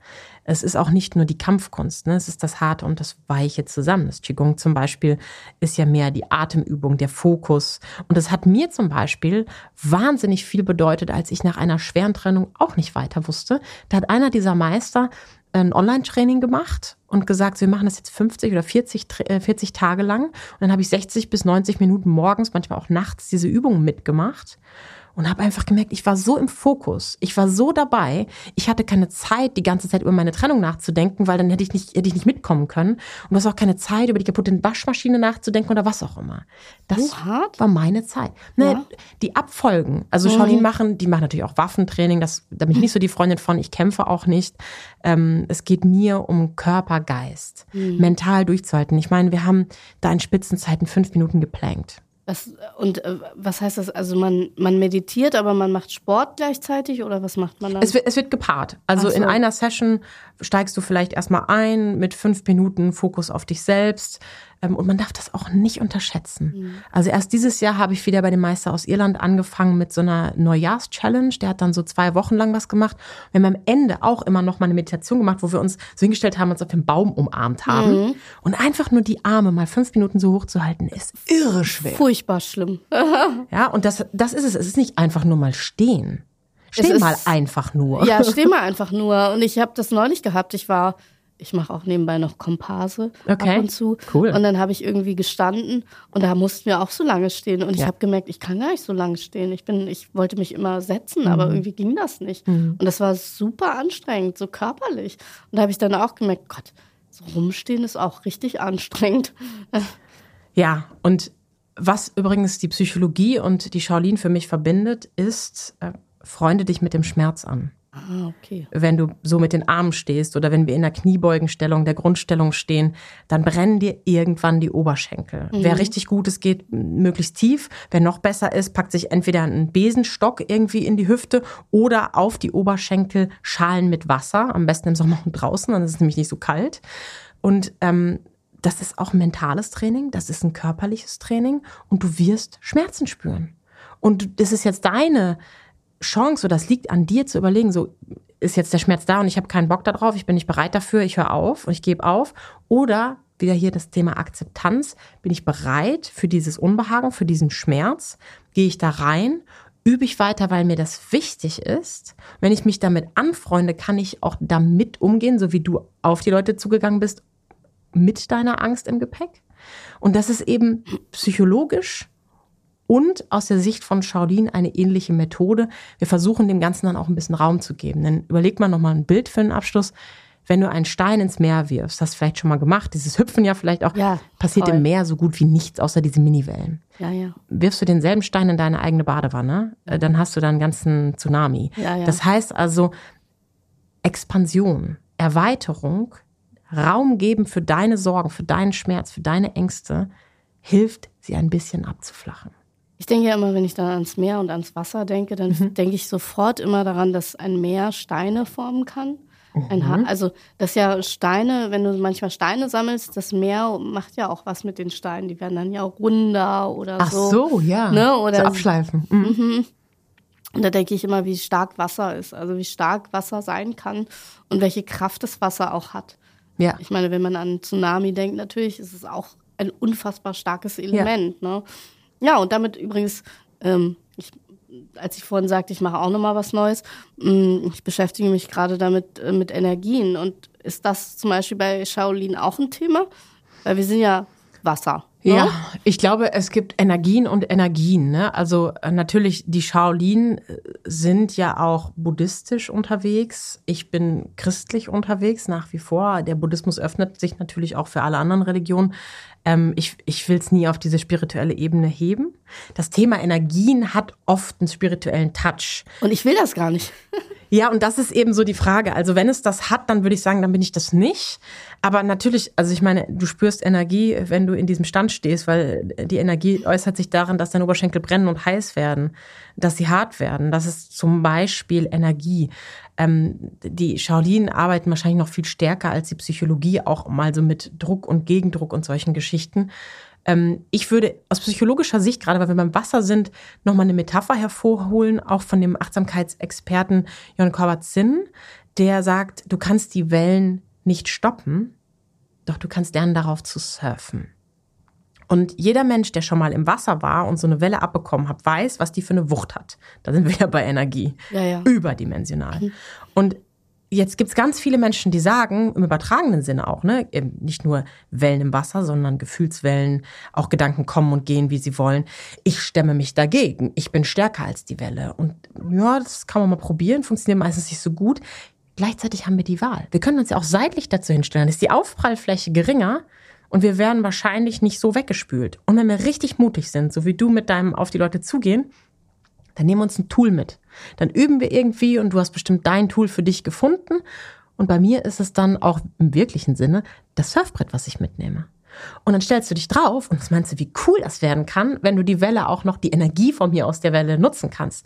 Es ist auch nicht nur die Kampfkunst, ne? Es ist das Harte und das Weiche zusammen. Das Qigong zum Beispiel ist ja mehr die Atemübung, der Fokus. Und das hat mir zum Beispiel wahnsinnig viel bedeutet, als ich nach einer schweren Trennung auch nicht weiter wusste. Da hat einer dieser Meister ein Online-Training gemacht und gesagt, wir machen das jetzt fünfzig oder vierzig, vierzig Tage lang. Und dann habe ich sechzig bis neunzig Minuten morgens, manchmal auch nachts diese Übungen mitgemacht. Und habe einfach gemerkt, ich war so im Fokus, ich war so dabei, ich hatte keine Zeit, die ganze Zeit über meine Trennung nachzudenken, weil dann hätte ich nicht, hätte ich nicht mitkommen können. Und du hast auch keine Zeit, über die kaputte Waschmaschine nachzudenken oder was auch immer. Das so hart? war meine Zeit. Ne, Ja. Die Abfolgen, also Mhm. Shaolin machen, die machen natürlich auch Waffentraining, das, da bin ich nicht so die Freundin von, ich kämpfe auch nicht. Ähm, es geht mir um Körper, Geist, Mhm. mental durchzuhalten. Ich meine, wir haben da in Spitzenzeiten fünf Minuten geplankt. Was, und äh, was heißt das? Also man, man meditiert, aber man macht Sport gleichzeitig oder was macht man dann? Es wird, es wird gepaart. Also Ach so. in einer Session steigst du vielleicht erstmal ein mit fünf Minuten Fokus auf dich selbst. Ähm, und man darf das auch nicht unterschätzen. Mhm. Also erst dieses Jahr habe ich wieder bei dem Meister aus Irland angefangen mit so einer Neujahrs-Challenge. Der hat dann so zwei Wochen lang was gemacht. Wir haben am Ende auch immer noch mal eine Meditation gemacht, wo wir uns so hingestellt haben, uns auf den Baum umarmt haben. Mhm. Und einfach nur die Arme mal fünf Minuten so hoch zu halten, ist irre schwer. Furchtbar schlimm. Ja, und das, das ist es. Es ist nicht einfach nur mal stehen. Es Steh ist- mal einfach nur. Ja, steh mal einfach nur. Und ich habe das neulich gehabt. Ich war, ich mache auch nebenbei noch Komparse Okay, ab und zu. cool. Und dann habe ich irgendwie gestanden und da mussten wir auch so lange stehen. Und ich Ja. habe gemerkt, ich kann gar nicht so lange stehen. Ich bin, ich wollte mich immer setzen, Mhm. aber irgendwie ging das nicht. Und das war super anstrengend, so körperlich. Und da habe ich dann auch gemerkt, Gott, so rumstehen ist auch richtig anstrengend. Ja, und was übrigens die Psychologie und die Shaolin für mich verbindet, ist, äh, freunde dich mit dem Schmerz an. Ah, okay. Wenn du so mit den Armen stehst oder wenn wir in der Kniebeugenstellung, der Grundstellung stehen, dann brennen dir irgendwann die Oberschenkel. Mhm. Wer richtig gut ist, geht möglichst tief. Wer noch besser ist, packt sich entweder einen Besenstock irgendwie in die Hüfte oder auf die Oberschenkel Schalen mit Wasser. Am besten im Sommer und draußen, dann ist es nämlich nicht so kalt. Und ähm, das ist auch ein mentales Training, das ist ein körperliches Training und du wirst Schmerzen spüren. Und das ist jetzt deine Chance, oder das liegt an dir zu überlegen, so ist jetzt der Schmerz da und ich habe keinen Bock darauf, ich bin nicht bereit dafür, ich höre auf und ich gebe auf. Oder wieder hier das Thema Akzeptanz, bin ich bereit für dieses Unbehagen, für diesen Schmerz, gehe ich da rein, übe ich weiter, weil mir das wichtig ist. Wenn ich mich damit anfreunde, kann ich auch damit umgehen, so wie du auf die Leute zugegangen bist, mit deiner Angst im Gepäck. Und das ist eben psychologisch und aus der Sicht von Shaolin eine ähnliche Methode. Wir versuchen dem Ganzen dann auch ein bisschen Raum zu geben. Dann überleg mal nochmal ein Bild für den Abschluss. Wenn du einen Stein ins Meer wirfst, hast du vielleicht schon mal gemacht, dieses Hüpfen ja vielleicht auch, Ja, passiert voll. im Meer so gut wie nichts, außer diese Miniwellen. Ja, ja. Wirfst du denselben Stein in deine eigene Badewanne, äh, dann hast du da einen ganzen Tsunami. Ja, ja. Das heißt also, Expansion, Erweiterung, Raum geben für deine Sorgen, für deinen Schmerz, für deine Ängste, hilft, sie ein bisschen abzuflachen. Ich denke ja immer, wenn ich dann ans Meer und ans Wasser denke, dann Mhm. denke ich sofort immer daran, dass ein Meer Steine formen kann. Ein Mhm. ha- also, das ja Steine, wenn du manchmal Steine sammelst, das Meer macht ja auch was mit den Steinen. Die werden dann ja auch runder oder Ach so. so, ja. Ne, oder- so abschleifen. Mhm. Und da denke ich immer, wie stark Wasser ist. Also, wie stark Wasser sein kann und welche Kraft das Wasser auch hat. Ja. Ich meine, wenn man an Tsunami denkt, natürlich ist es auch ein unfassbar starkes Element. Ja, ne? Ja, und damit übrigens, ähm, ich, als ich vorhin sagte, ich mache auch nochmal was Neues, mh, ich beschäftige mich gerade damit äh, mit Energien. Und ist das zum Beispiel bei Shaolin auch ein Thema? Weil wir sind ja Wasser. Ne? Ja, ich glaube, es gibt Energien und Energien. Ne? Also äh, natürlich, die Shaolin äh, sind ja auch buddhistisch unterwegs. Ich bin christlich unterwegs nach wie vor. Der Buddhismus öffnet sich natürlich auch für alle anderen Religionen. Ähm, ich ich will es nie auf diese spirituelle Ebene heben. Das Thema Energien hat oft einen spirituellen Touch. Und ich will das gar nicht. Ja, und das ist eben so die Frage. Also wenn es das hat, dann würde ich sagen, dann bin ich das nicht. Aber natürlich, also ich meine, du spürst Energie, wenn du in diesem Stand stehst, weil die Energie äußert sich darin, dass deine Oberschenkel brennen und heiß werden, dass sie hart werden. Das ist zum Beispiel Energie. Ähm, die Shaolin arbeiten wahrscheinlich noch viel stärker als die Psychologie, auch mal so mit Druck und Gegendruck und solchen Geschichten. Ähm, ich würde aus psychologischer Sicht, gerade weil wir beim Wasser sind, nochmal eine Metapher hervorholen, auch von dem Achtsamkeitsexperten Jon Kabat-Zinn, der sagt, du kannst die Wellen nicht stoppen, doch du kannst lernen, darauf zu surfen. Und jeder Mensch, der schon mal im Wasser war und so eine Welle abbekommen hat, weiß, was die für eine Wucht hat. Da sind wir ja bei Energie. Ja, ja. Überdimensional. Mhm. Und jetzt gibt's ganz viele Menschen, die sagen, im übertragenen Sinne auch, ne, nicht nur Wellen im Wasser, sondern Gefühlswellen, auch Gedanken kommen und gehen, wie sie wollen. Ich stemme mich dagegen. Ich bin stärker als die Welle. Und ja, das kann man mal probieren, funktioniert meistens nicht so gut. Gleichzeitig haben wir die Wahl. Wir können uns ja auch seitlich dazu hinstellen. Ist die Aufprallfläche geringer und wir werden wahrscheinlich nicht so weggespült. Und wenn wir richtig mutig sind, so wie du mit deinem auf die Leute zugehen, dann nehmen wir uns ein Tool mit. Dann üben wir irgendwie und du hast bestimmt dein Tool für dich gefunden. Und bei mir ist es dann auch im wirklichen Sinne das Surfbrett, was ich mitnehme. Und dann stellst du dich drauf und was meinst du, wie cool das werden kann, wenn du die Welle auch noch, die Energie von mir aus der Welle nutzen kannst.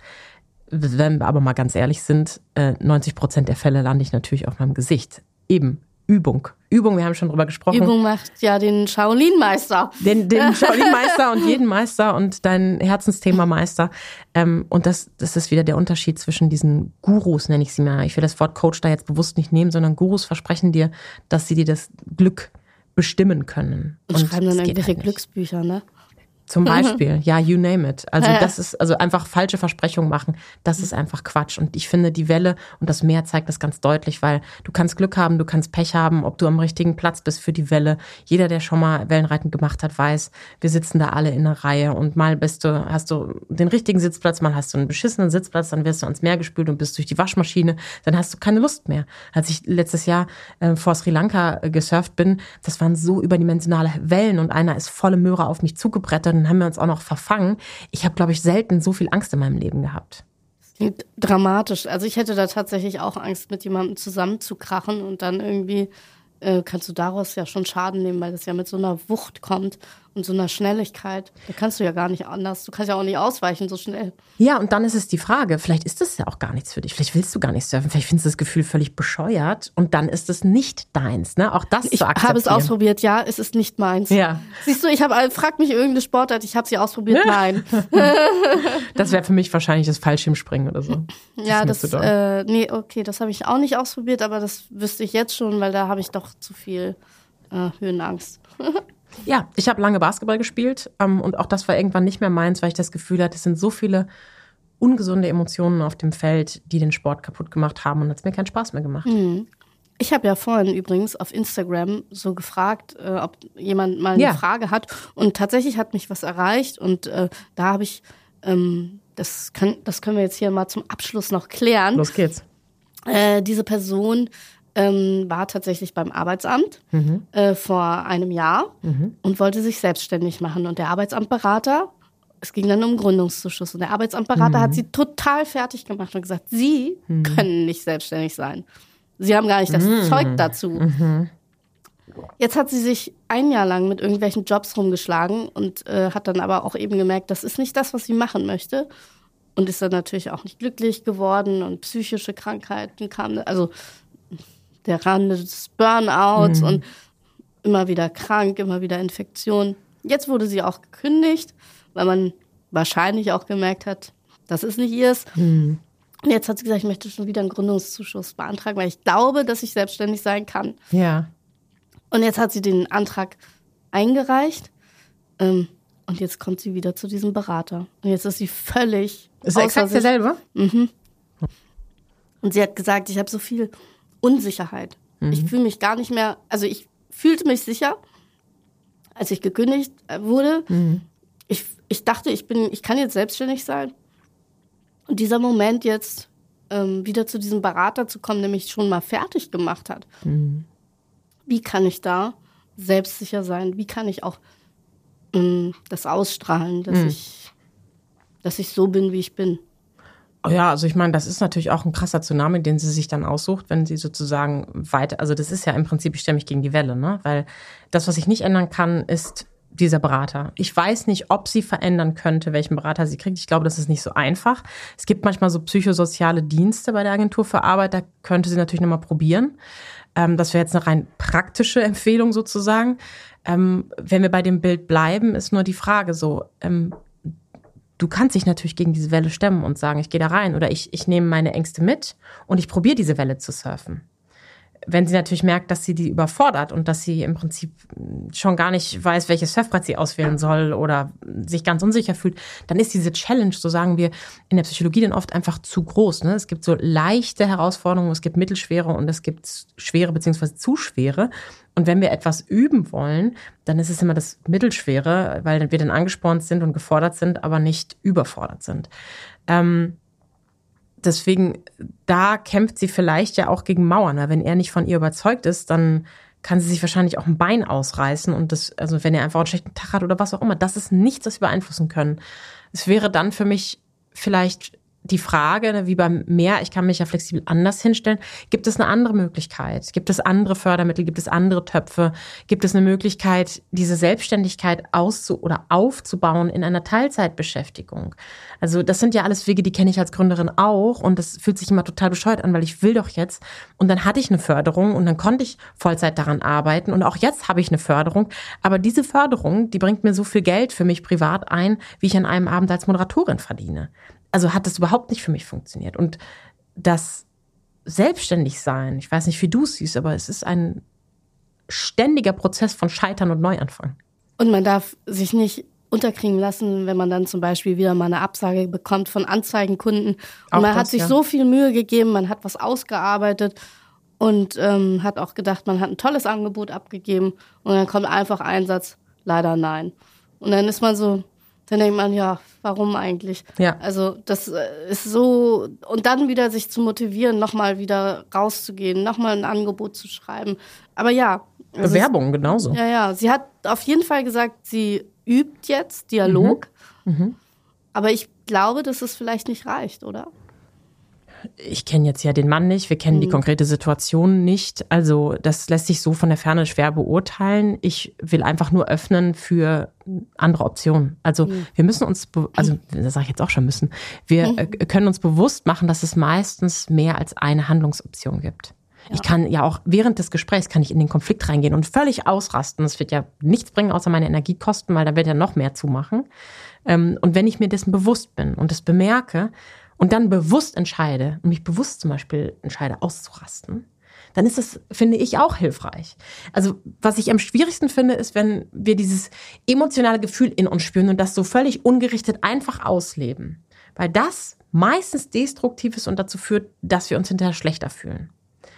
Wenn wir aber mal ganz ehrlich sind, neunzig Prozent der Fälle lande ich natürlich auf meinem Gesicht. Eben Übung. Übung, wir haben schon drüber gesprochen. Übung macht ja den Shaolin-Meister. Den, den Shaolin-Meister und jeden Meister und dein Herzensthema-Meister. Ähm, und das, das ist wieder der Unterschied zwischen diesen Gurus, nenne ich sie mal. Ich will das Wort Coach da jetzt bewusst nicht nehmen, sondern Gurus versprechen dir, dass sie dir das Glück bestimmen können. Und, und schreiben dann irgendwelche halt Glücksbücher, ne? Zum Beispiel, ja, you name it. Also das ist, also einfach falsche Versprechungen machen, das ist einfach Quatsch. Und ich finde, die Welle und das Meer zeigt das ganz deutlich, weil du kannst Glück haben, du kannst Pech haben, ob du am richtigen Platz bist für die Welle. Jeder, der schon mal Wellenreiten gemacht hat, weiß, wir sitzen da alle in einer Reihe und mal bist du, hast du den richtigen Sitzplatz, mal hast du einen beschissenen Sitzplatz, dann wirst du ans Meer gespült und bist durch die Waschmaschine, dann hast du keine Lust mehr. Als ich letztes Jahr äh, vor Sri Lanka äh, gesurft bin, das waren so überdimensionale Wellen und einer ist volle Möhre auf mich zugebrettert. Dann haben wir uns auch noch verfangen. Ich habe, glaube ich, selten so viel Angst in meinem Leben gehabt. Das klingt dramatisch. Also ich hätte da tatsächlich auch Angst, mit jemandem zusammenzukrachen und dann irgendwie äh, kannst du daraus ja schon Schaden nehmen, weil das ja mit so einer Wucht kommt und so einer Schnelligkeit. Da kannst du ja gar nicht anders. Du kannst ja auch nicht ausweichen so schnell. Ja, und dann ist es die Frage, vielleicht ist das ja auch gar nichts für dich. Vielleicht willst du gar nicht surfen. Vielleicht findest du das Gefühl völlig bescheuert und dann ist es nicht deins. Ne? Auch das ich zu akzeptieren. Ich habe es ausprobiert, ja, es ist nicht meins. Ja. Siehst du, ich habe, frag mich irgendeine Sportart, ich habe sie ausprobiert, nein. Das wäre für mich wahrscheinlich das Fallschirmspringen oder so. Das ja, das, äh, nee, okay, das habe ich auch nicht ausprobiert, aber das wüsste ich jetzt schon, weil da habe ich doch zu viel äh, Höhenangst. Ja, ich habe lange Basketball gespielt ähm, und auch das war irgendwann nicht mehr meins, weil ich das Gefühl hatte, es sind so viele ungesunde Emotionen auf dem Feld, die den Sport kaputt gemacht haben und hat es mir keinen Spaß mehr gemacht. Mhm. Ich habe ja vorhin übrigens auf Instagram so gefragt, äh, ob jemand mal eine ja. Frage hat und tatsächlich hat mich was erreicht und äh, da habe ich, ähm, das, kann, das können wir jetzt hier mal zum Abschluss noch klären. Los geht's. Äh, diese Person Ähm, war tatsächlich beim Arbeitsamt mhm. äh, vor einem Jahr mhm. und wollte sich selbstständig machen. Und der Arbeitsamtberater, es ging dann um Gründungszuschuss, und der Arbeitsamtberater mhm. hat sie total fertig gemacht und gesagt, Sie mhm. können nicht selbstständig sein. Sie haben gar nicht das mhm. Zeug dazu. Mhm. Jetzt hat sie sich ein Jahr lang mit irgendwelchen Jobs rumgeschlagen und äh, hat dann aber auch eben gemerkt, das ist nicht das, was sie machen möchte. Und ist dann natürlich auch nicht glücklich geworden und psychische Krankheiten kamen, also der Rand des Burnouts mhm. und immer wieder krank, immer wieder Infektion. Jetzt wurde sie auch gekündigt, weil man wahrscheinlich auch gemerkt hat, das ist nicht ihrs. Mhm. Und jetzt hat sie gesagt, ich möchte schon wieder einen Gründungszuschuss beantragen, weil ich glaube, dass ich selbstständig sein kann. Ja. Und jetzt hat sie den Antrag eingereicht ähm, und jetzt kommt sie wieder zu diesem Berater. Und jetzt ist sie völlig Ist exakt derselbe? Mhm. Und sie hat gesagt, ich habe so viel Unsicherheit. Mhm. Ich fühle mich gar nicht mehr, also ich fühlte mich sicher, als ich gekündigt wurde. Mhm. Ich, ich dachte, ich bin, ich kann jetzt selbstständig sein. Und dieser Moment jetzt ähm, wieder zu diesem Berater zu kommen, der mich schon mal fertig gemacht hat. Mhm. Wie kann ich da selbstsicher sein? Wie kann ich auch ähm, das ausstrahlen, dass mhm. ich, dass ich so bin, wie ich bin? Oh ja, also ich meine, das ist natürlich auch ein krasser Tsunami, den sie sich dann aussucht, wenn sie sozusagen weiter, also das ist ja im Prinzip, ich stelle mich gegen die Welle, ne? Weil das, was ich nicht ändern kann, ist dieser Berater. Ich weiß nicht, ob sie verändern könnte, welchen Berater sie kriegt. Ich glaube, das ist nicht so einfach. Es gibt manchmal so psychosoziale Dienste bei der Agentur für Arbeit, da könnte sie natürlich nochmal probieren. Ähm, das wäre jetzt eine rein praktische Empfehlung sozusagen. Ähm, wenn wir bei dem Bild bleiben, ist nur die Frage so, ähm, du kannst dich natürlich gegen diese Welle stemmen und sagen, ich gehe da rein oder ich, ich nehme meine Ängste mit und ich probiere diese Welle zu surfen. Wenn sie natürlich merkt, dass sie die überfordert und dass sie im Prinzip schon gar nicht weiß, welches Surfbrett sie auswählen soll oder sich ganz unsicher fühlt, dann ist diese Challenge, so sagen wir in der Psychologie, dann oft einfach zu groß. Ne? Es gibt so leichte Herausforderungen, es gibt mittelschwere und es gibt schwere beziehungsweise zu schwere. Und wenn wir etwas üben wollen, dann ist es immer das Mittelschwere, weil wir dann angespornt sind und gefordert sind, aber nicht überfordert sind. Ähm, Deswegen, da kämpft sie vielleicht ja auch gegen Mauern. Wenn er nicht von ihr überzeugt ist, dann kann sie sich wahrscheinlich auch ein Bein ausreißen. Und das, also wenn er einfach einen schlechten Tag hat oder was auch immer, das ist nichts, was wir beeinflussen können. Es wäre dann für mich vielleicht die Frage, wie beim Meer, ich kann mich ja flexibel anders hinstellen, gibt es eine andere Möglichkeit? Gibt es andere Fördermittel? Gibt es andere Töpfe? Gibt es eine Möglichkeit, diese Selbstständigkeit auszu- oder aufzubauen in einer Teilzeitbeschäftigung? Also das sind ja alles Wege, die kenne ich als Gründerin auch und das fühlt sich immer total bescheuert an, weil ich will doch jetzt. Und dann hatte ich eine Förderung und dann konnte ich Vollzeit daran arbeiten und auch jetzt habe ich eine Förderung. Aber diese Förderung, die bringt mir so viel Geld für mich privat ein, wie ich an einem Abend als Moderatorin verdiene. Also hat das überhaupt nicht für mich funktioniert. Und das Selbstständigsein, ich weiß nicht, wie du es siehst, aber es ist ein ständiger Prozess von Scheitern und Neuanfang. Und man darf sich nicht unterkriegen lassen, wenn man dann zum Beispiel wieder mal eine Absage bekommt von Anzeigenkunden. Und auch man das, hat sich ja. so viel Mühe gegeben, man hat was ausgearbeitet und ähm, hat auch gedacht, man hat ein tolles Angebot abgegeben. Und dann kommt einfach ein Satz, leider nein. Und dann ist man so... Dann denkt man, ja, warum eigentlich? Ja. Also das ist so, und dann wieder sich zu motivieren, nochmal wieder rauszugehen, nochmal ein Angebot zu schreiben. Aber ja. Also Bewerbungen es, genauso. Ja, ja. Sie hat auf jeden Fall gesagt, sie übt jetzt Dialog. Mhm. Mhm. Aber ich glaube, dass es vielleicht nicht reicht, oder? Ich kenne jetzt ja den Mann nicht, wir kennen mhm. die konkrete Situation nicht. Also das lässt sich so von der Ferne schwer beurteilen. Ich will einfach nur öffnen für andere Optionen. Also mhm. wir müssen uns, be- also das sage ich jetzt auch schon müssen, wir mhm. können uns bewusst machen, dass es meistens mehr als eine Handlungsoption gibt. Ja. Ich kann ja auch während des Gesprächs kann ich in den Konflikt reingehen und völlig ausrasten. Das wird ja nichts bringen, außer meine Energiekosten, weil dann wird ja noch mehr zumachen. Und wenn ich mir dessen bewusst bin und das bemerke, und dann bewusst entscheide und mich bewusst zum Beispiel entscheide, auszurasten, dann ist das, finde ich, auch hilfreich. Also was ich am schwierigsten finde, ist, wenn wir dieses emotionale Gefühl in uns spüren und das so völlig ungerichtet einfach ausleben. Weil das meistens destruktiv ist und dazu führt, dass wir uns hinterher schlechter fühlen.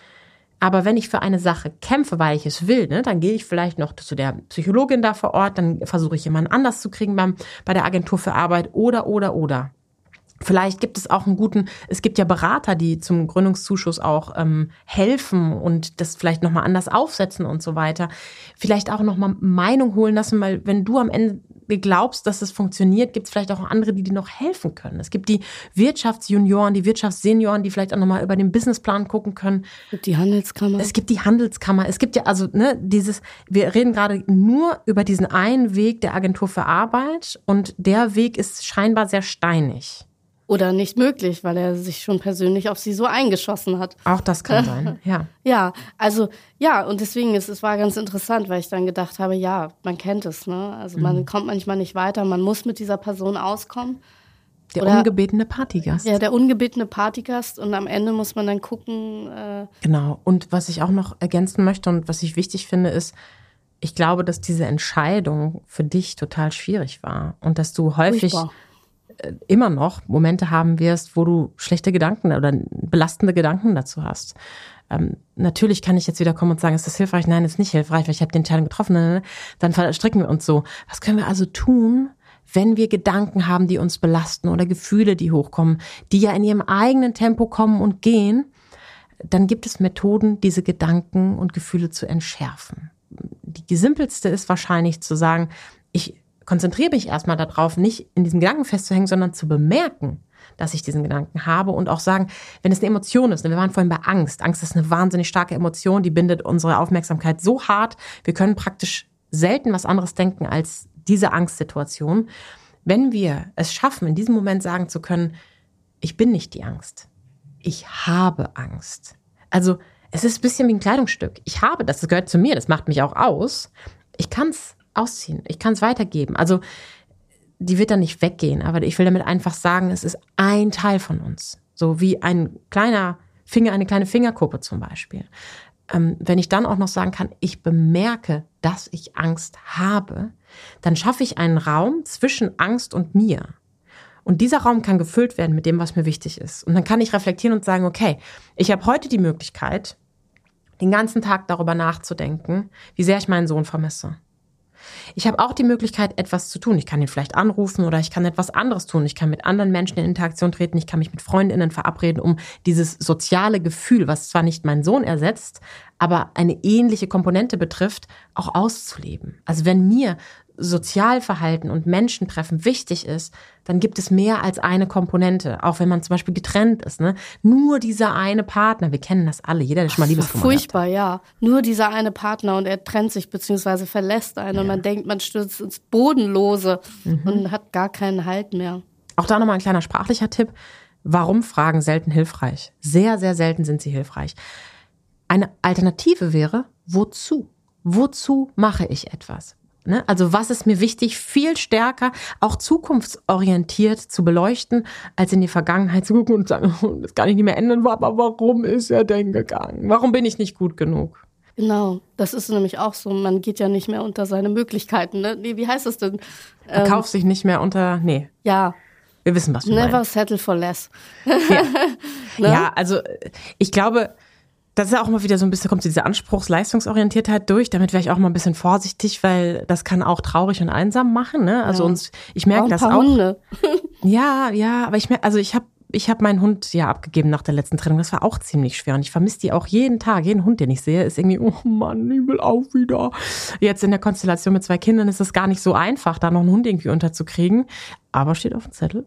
Aber wenn ich für eine Sache kämpfe, weil ich es will, ne, dann gehe ich vielleicht noch zu der Psychologin da vor Ort, dann versuche ich jemanden anders zu kriegen beim, bei der Agentur für Arbeit oder, oder, oder. Vielleicht gibt es auch einen guten, es gibt ja Berater, die zum Gründungszuschuss auch ähm, helfen und das vielleicht nochmal anders aufsetzen und so weiter. Vielleicht auch nochmal Meinung holen lassen, weil wenn du am Ende glaubst, dass es funktioniert, gibt es vielleicht auch andere, die dir noch helfen können. Es gibt die Wirtschaftsjunioren, die Wirtschaftssenioren, die vielleicht auch nochmal über den Businessplan gucken können. Es gibt die Handelskammer. Es gibt die Handelskammer. Es gibt ja also ne dieses, wir reden gerade nur über diesen einen Weg der Agentur für Arbeit und der Weg ist scheinbar sehr steinig. Oder nicht möglich, weil er sich schon persönlich auf sie so eingeschossen hat. Auch das kann sein, ja. Ja, also ja, und deswegen ist es war ganz interessant, weil ich dann gedacht habe, ja, man kennt es, ne? Also man mhm. kommt manchmal nicht weiter, man muss mit dieser Person auskommen. Der Oder, ungebetene Partygast. Ja, der ungebetene Partygast und am Ende muss man dann gucken. Äh Genau, und was ich auch noch ergänzen möchte und was ich wichtig finde, ist, ich glaube, dass diese Entscheidung für dich total schwierig war und dass du häufig Furchtbar. immer noch Momente haben wirst, wo du schlechte Gedanken oder belastende Gedanken dazu hast. Ähm, natürlich kann ich jetzt wieder kommen und sagen, ist das hilfreich? Nein, ist nicht hilfreich, weil ich habe die Entscheidung getroffen. Dann verstricken wir uns so. Was können wir also tun, wenn wir Gedanken haben, die uns belasten oder Gefühle, die hochkommen, die ja in ihrem eigenen Tempo kommen und gehen? Dann gibt es Methoden, diese Gedanken und Gefühle zu entschärfen. Die simpelste ist wahrscheinlich zu sagen, ich konzentriere mich erstmal darauf, nicht in diesem Gedanken festzuhängen, sondern zu bemerken, dass ich diesen Gedanken habe und auch sagen, wenn es eine Emotion ist, wir waren vorhin bei Angst, Angst ist eine wahnsinnig starke Emotion, die bindet unsere Aufmerksamkeit so hart, wir können praktisch selten was anderes denken als diese Angstsituation. Wenn wir es schaffen, in diesem Moment sagen zu können, ich bin nicht die Angst, ich habe Angst. Also es ist ein bisschen wie ein Kleidungsstück. Ich habe das, das gehört zu mir, das macht mich auch aus. Ich kann es ausziehen, ich kann es weitergeben. Also die wird dann nicht weggehen, aber ich will damit einfach sagen, es ist ein Teil von uns. So wie ein kleiner Finger, eine kleine Fingerkuppe zum Beispiel. Ähm, wenn ich dann auch noch sagen kann, ich bemerke, dass ich Angst habe, dann schaffe ich einen Raum zwischen Angst und mir. Und dieser Raum kann gefüllt werden mit dem, was mir wichtig ist. Und dann kann ich reflektieren und sagen, okay, ich habe heute die Möglichkeit, den ganzen Tag darüber nachzudenken, wie sehr ich meinen Sohn vermisse. Ich habe auch die Möglichkeit, etwas zu tun. Ich kann ihn vielleicht anrufen oder ich kann etwas anderes tun. Ich kann mit anderen Menschen in Interaktion treten. Ich kann mich mit Freundinnen verabreden, um dieses soziale Gefühl, was zwar nicht meinen Sohn ersetzt, aber eine ähnliche Komponente betrifft, auch auszuleben. Also wenn mir Sozialverhalten und Menschentreffen wichtig ist, dann gibt es mehr als eine Komponente. Auch wenn man zum Beispiel getrennt ist, ne? Nur dieser eine Partner, wir kennen das alle, jeder, der schon mal Liebeskummer hat. Furchtbar, ja. Nur dieser eine Partner und er trennt sich bzw. verlässt einen ja. Und man denkt, man stürzt ins Bodenlose mhm. und hat gar keinen Halt mehr. Auch da nochmal ein kleiner sprachlicher Tipp. Warum Fragen selten hilfreich? Sehr, sehr selten sind sie hilfreich. Eine Alternative wäre, wozu? Wozu mache ich etwas? Also was ist mir wichtig, viel stärker, auch zukunftsorientiert zu beleuchten, als in die Vergangenheit zu gucken und zu sagen, das kann ich nicht mehr ändern, aber warum ist er denn gegangen? Warum bin ich nicht gut genug? Genau, das ist nämlich auch so, man geht ja nicht mehr unter seine Möglichkeiten. Ne? Nee, wie heißt das denn? Verkauft ähm, sich nicht mehr unter, nee. Ja. Wir wissen, was wir Never meinen. settle for less. Ja. Ne? Ja, also ich glaube, das ist ja auch immer wieder so ein bisschen, kommt diese Anspruchs-Leistungsorientiertheit durch. Damit wäre ich auch mal ein bisschen vorsichtig, weil das kann auch traurig und einsam machen. Ne? Also ja. uns, ich merke auch das auch. Hunde. Ja, ja, aber ich merke, also ich habe ich habe meinen Hund ja abgegeben nach der letzten Trennung. Das war auch ziemlich schwer und ich vermisse die auch jeden Tag. Jeden Hund, den ich sehe, ist irgendwie, oh Mann, ich will auch wieder. Jetzt in der Konstellation mit zwei Kindern ist es gar nicht so einfach, da noch einen Hund irgendwie unterzukriegen. Aber steht auf dem Zettel.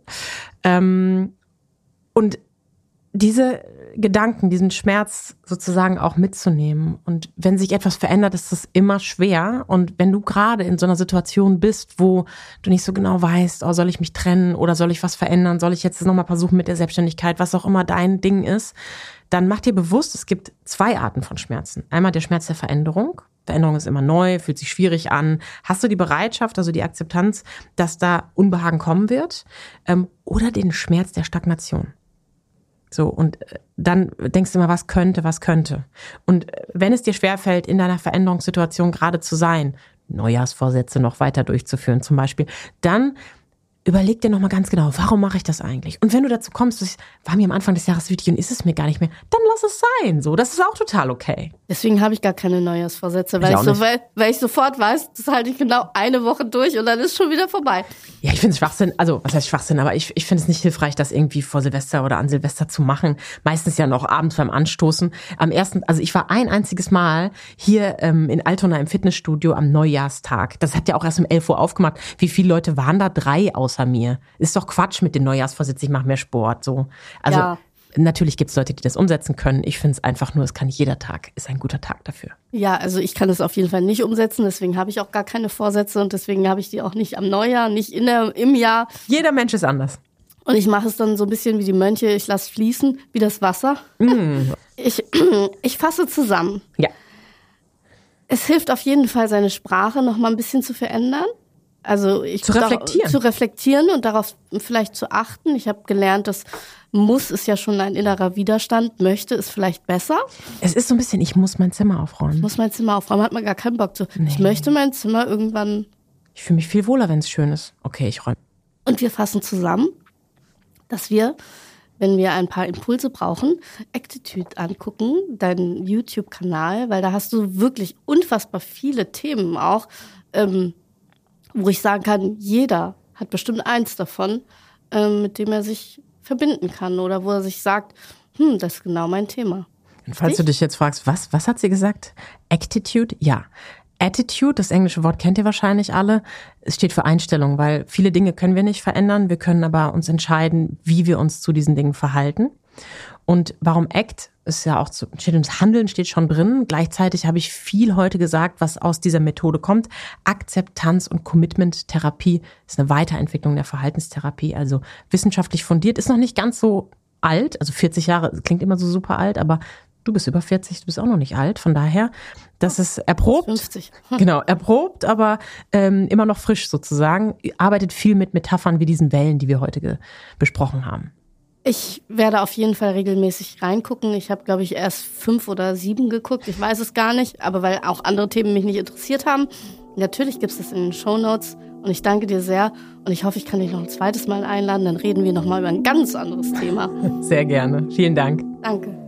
Ähm, und diese Gedanken, diesen Schmerz sozusagen auch mitzunehmen. Und wenn sich etwas verändert, ist das immer schwer. Und wenn du gerade in so einer Situation bist, wo du nicht so genau weißt, oh, soll ich mich trennen oder soll ich was verändern, soll ich jetzt nochmal versuchen mit der Selbstständigkeit, was auch immer dein Ding ist, dann mach dir bewusst, es gibt zwei Arten von Schmerzen. Einmal der Schmerz der Veränderung. Veränderung ist immer neu, fühlt sich schwierig an. Hast du die Bereitschaft, also die Akzeptanz, dass da Unbehagen kommen wird? Ähm, oder den Schmerz der Stagnation. So, und dann denkst du immer, was könnte, was könnte. Und wenn es dir schwerfällt, in deiner Veränderungssituation gerade zu sein, Neujahrsvorsätze noch weiter durchzuführen zum Beispiel, dann überleg dir nochmal ganz genau, warum mache ich das eigentlich? Und wenn du dazu kommst, das war mir am Anfang des Jahres wichtig und ist es mir gar nicht mehr, dann lass es sein. So, das ist auch total okay. Deswegen habe ich gar keine Neujahrsvorsätze, weil ich, ich so, weil, weil ich sofort weiß, das halte ich genau eine Woche durch und dann ist schon wieder vorbei. Ja, ich finde es Schwachsinn, also was heißt Schwachsinn, aber ich, ich finde es nicht hilfreich, das irgendwie vor Silvester oder an Silvester zu machen. Meistens ja noch abends beim Anstoßen. Am ersten, also ich war ein einziges Mal hier ähm, in Altona im Fitnessstudio am Neujahrstag. Das hat ja auch erst um elf Uhr aufgemacht. Wie viele Leute waren da? Drei außer mir. Ist doch Quatsch mit den Neujahrsvorsätzen, ich mache mehr Sport. So. Also ja. Natürlich gibt es Leute, die das umsetzen können. Ich finde es einfach nur, es kann nicht jeder Tag, ist ein guter Tag dafür. Ja, also ich kann es auf jeden Fall nicht umsetzen, deswegen habe ich auch gar keine Vorsätze und deswegen habe ich die auch nicht am Neujahr, nicht in der, im Jahr. Jeder Mensch ist anders. Und ich mache es dann so ein bisschen wie die Mönche, ich lasse fließen, wie das Wasser. Mm. Ich, ich fasse zusammen. Ja. Es hilft auf jeden Fall, seine Sprache noch mal ein bisschen zu verändern. Also ich zu reflektieren. Zu reflektieren und darauf vielleicht zu achten. Ich habe gelernt, dass muss ist ja schon ein innerer Widerstand, möchte ist vielleicht besser. Es ist so ein bisschen, ich muss mein Zimmer aufräumen. Ich muss mein Zimmer aufräumen, hat man gar keinen Bock zu. Nee. Ich möchte mein Zimmer irgendwann. Ich fühle mich viel wohler, wenn es schön ist. Okay, ich räume. Und wir fassen zusammen, dass wir, wenn wir ein paar Impulse brauchen, Actitude angucken, deinen YouTube-Kanal, weil da hast du wirklich unfassbar viele Themen auch, ähm, wo ich sagen kann, jeder hat bestimmt eins davon, ähm, mit dem er sich verbinden kann oder wo er sich sagt, hm, das ist genau mein Thema. Und falls du dich jetzt fragst, was, was hat sie gesagt? Actitude? Ja. Attitude, das englische Wort kennt ihr wahrscheinlich alle, es steht für Einstellung, weil viele Dinge können wir nicht verändern, wir können aber uns entscheiden, wie wir uns zu diesen Dingen verhalten. Und warum Act ist ja auch zu, steht ins Handeln, steht schon drin. Gleichzeitig habe ich viel heute gesagt, was aus dieser Methode kommt. Akzeptanz- und Commitment-Therapie ist eine Weiterentwicklung der Verhaltenstherapie, also wissenschaftlich fundiert, ist noch nicht ganz so alt, also vierzig Jahre klingt immer so super alt, aber du bist über vierzig, du bist auch noch nicht alt. Von daher, das ist erprobt. fünfzig. Genau, erprobt, aber ähm, immer noch frisch sozusagen. Arbeitet viel mit Metaphern wie diesen Wellen, die wir heute ge- besprochen haben. Ich werde auf jeden Fall regelmäßig reingucken. Ich habe, glaube ich, erst fünf oder sieben geguckt. Ich weiß es gar nicht, aber weil auch andere Themen mich nicht interessiert haben. Natürlich gibt es das in den Shownotes und ich danke dir sehr und ich hoffe, ich kann dich noch ein zweites Mal einladen. Dann reden wir nochmal über ein ganz anderes Thema. Sehr gerne. Vielen Dank. Danke.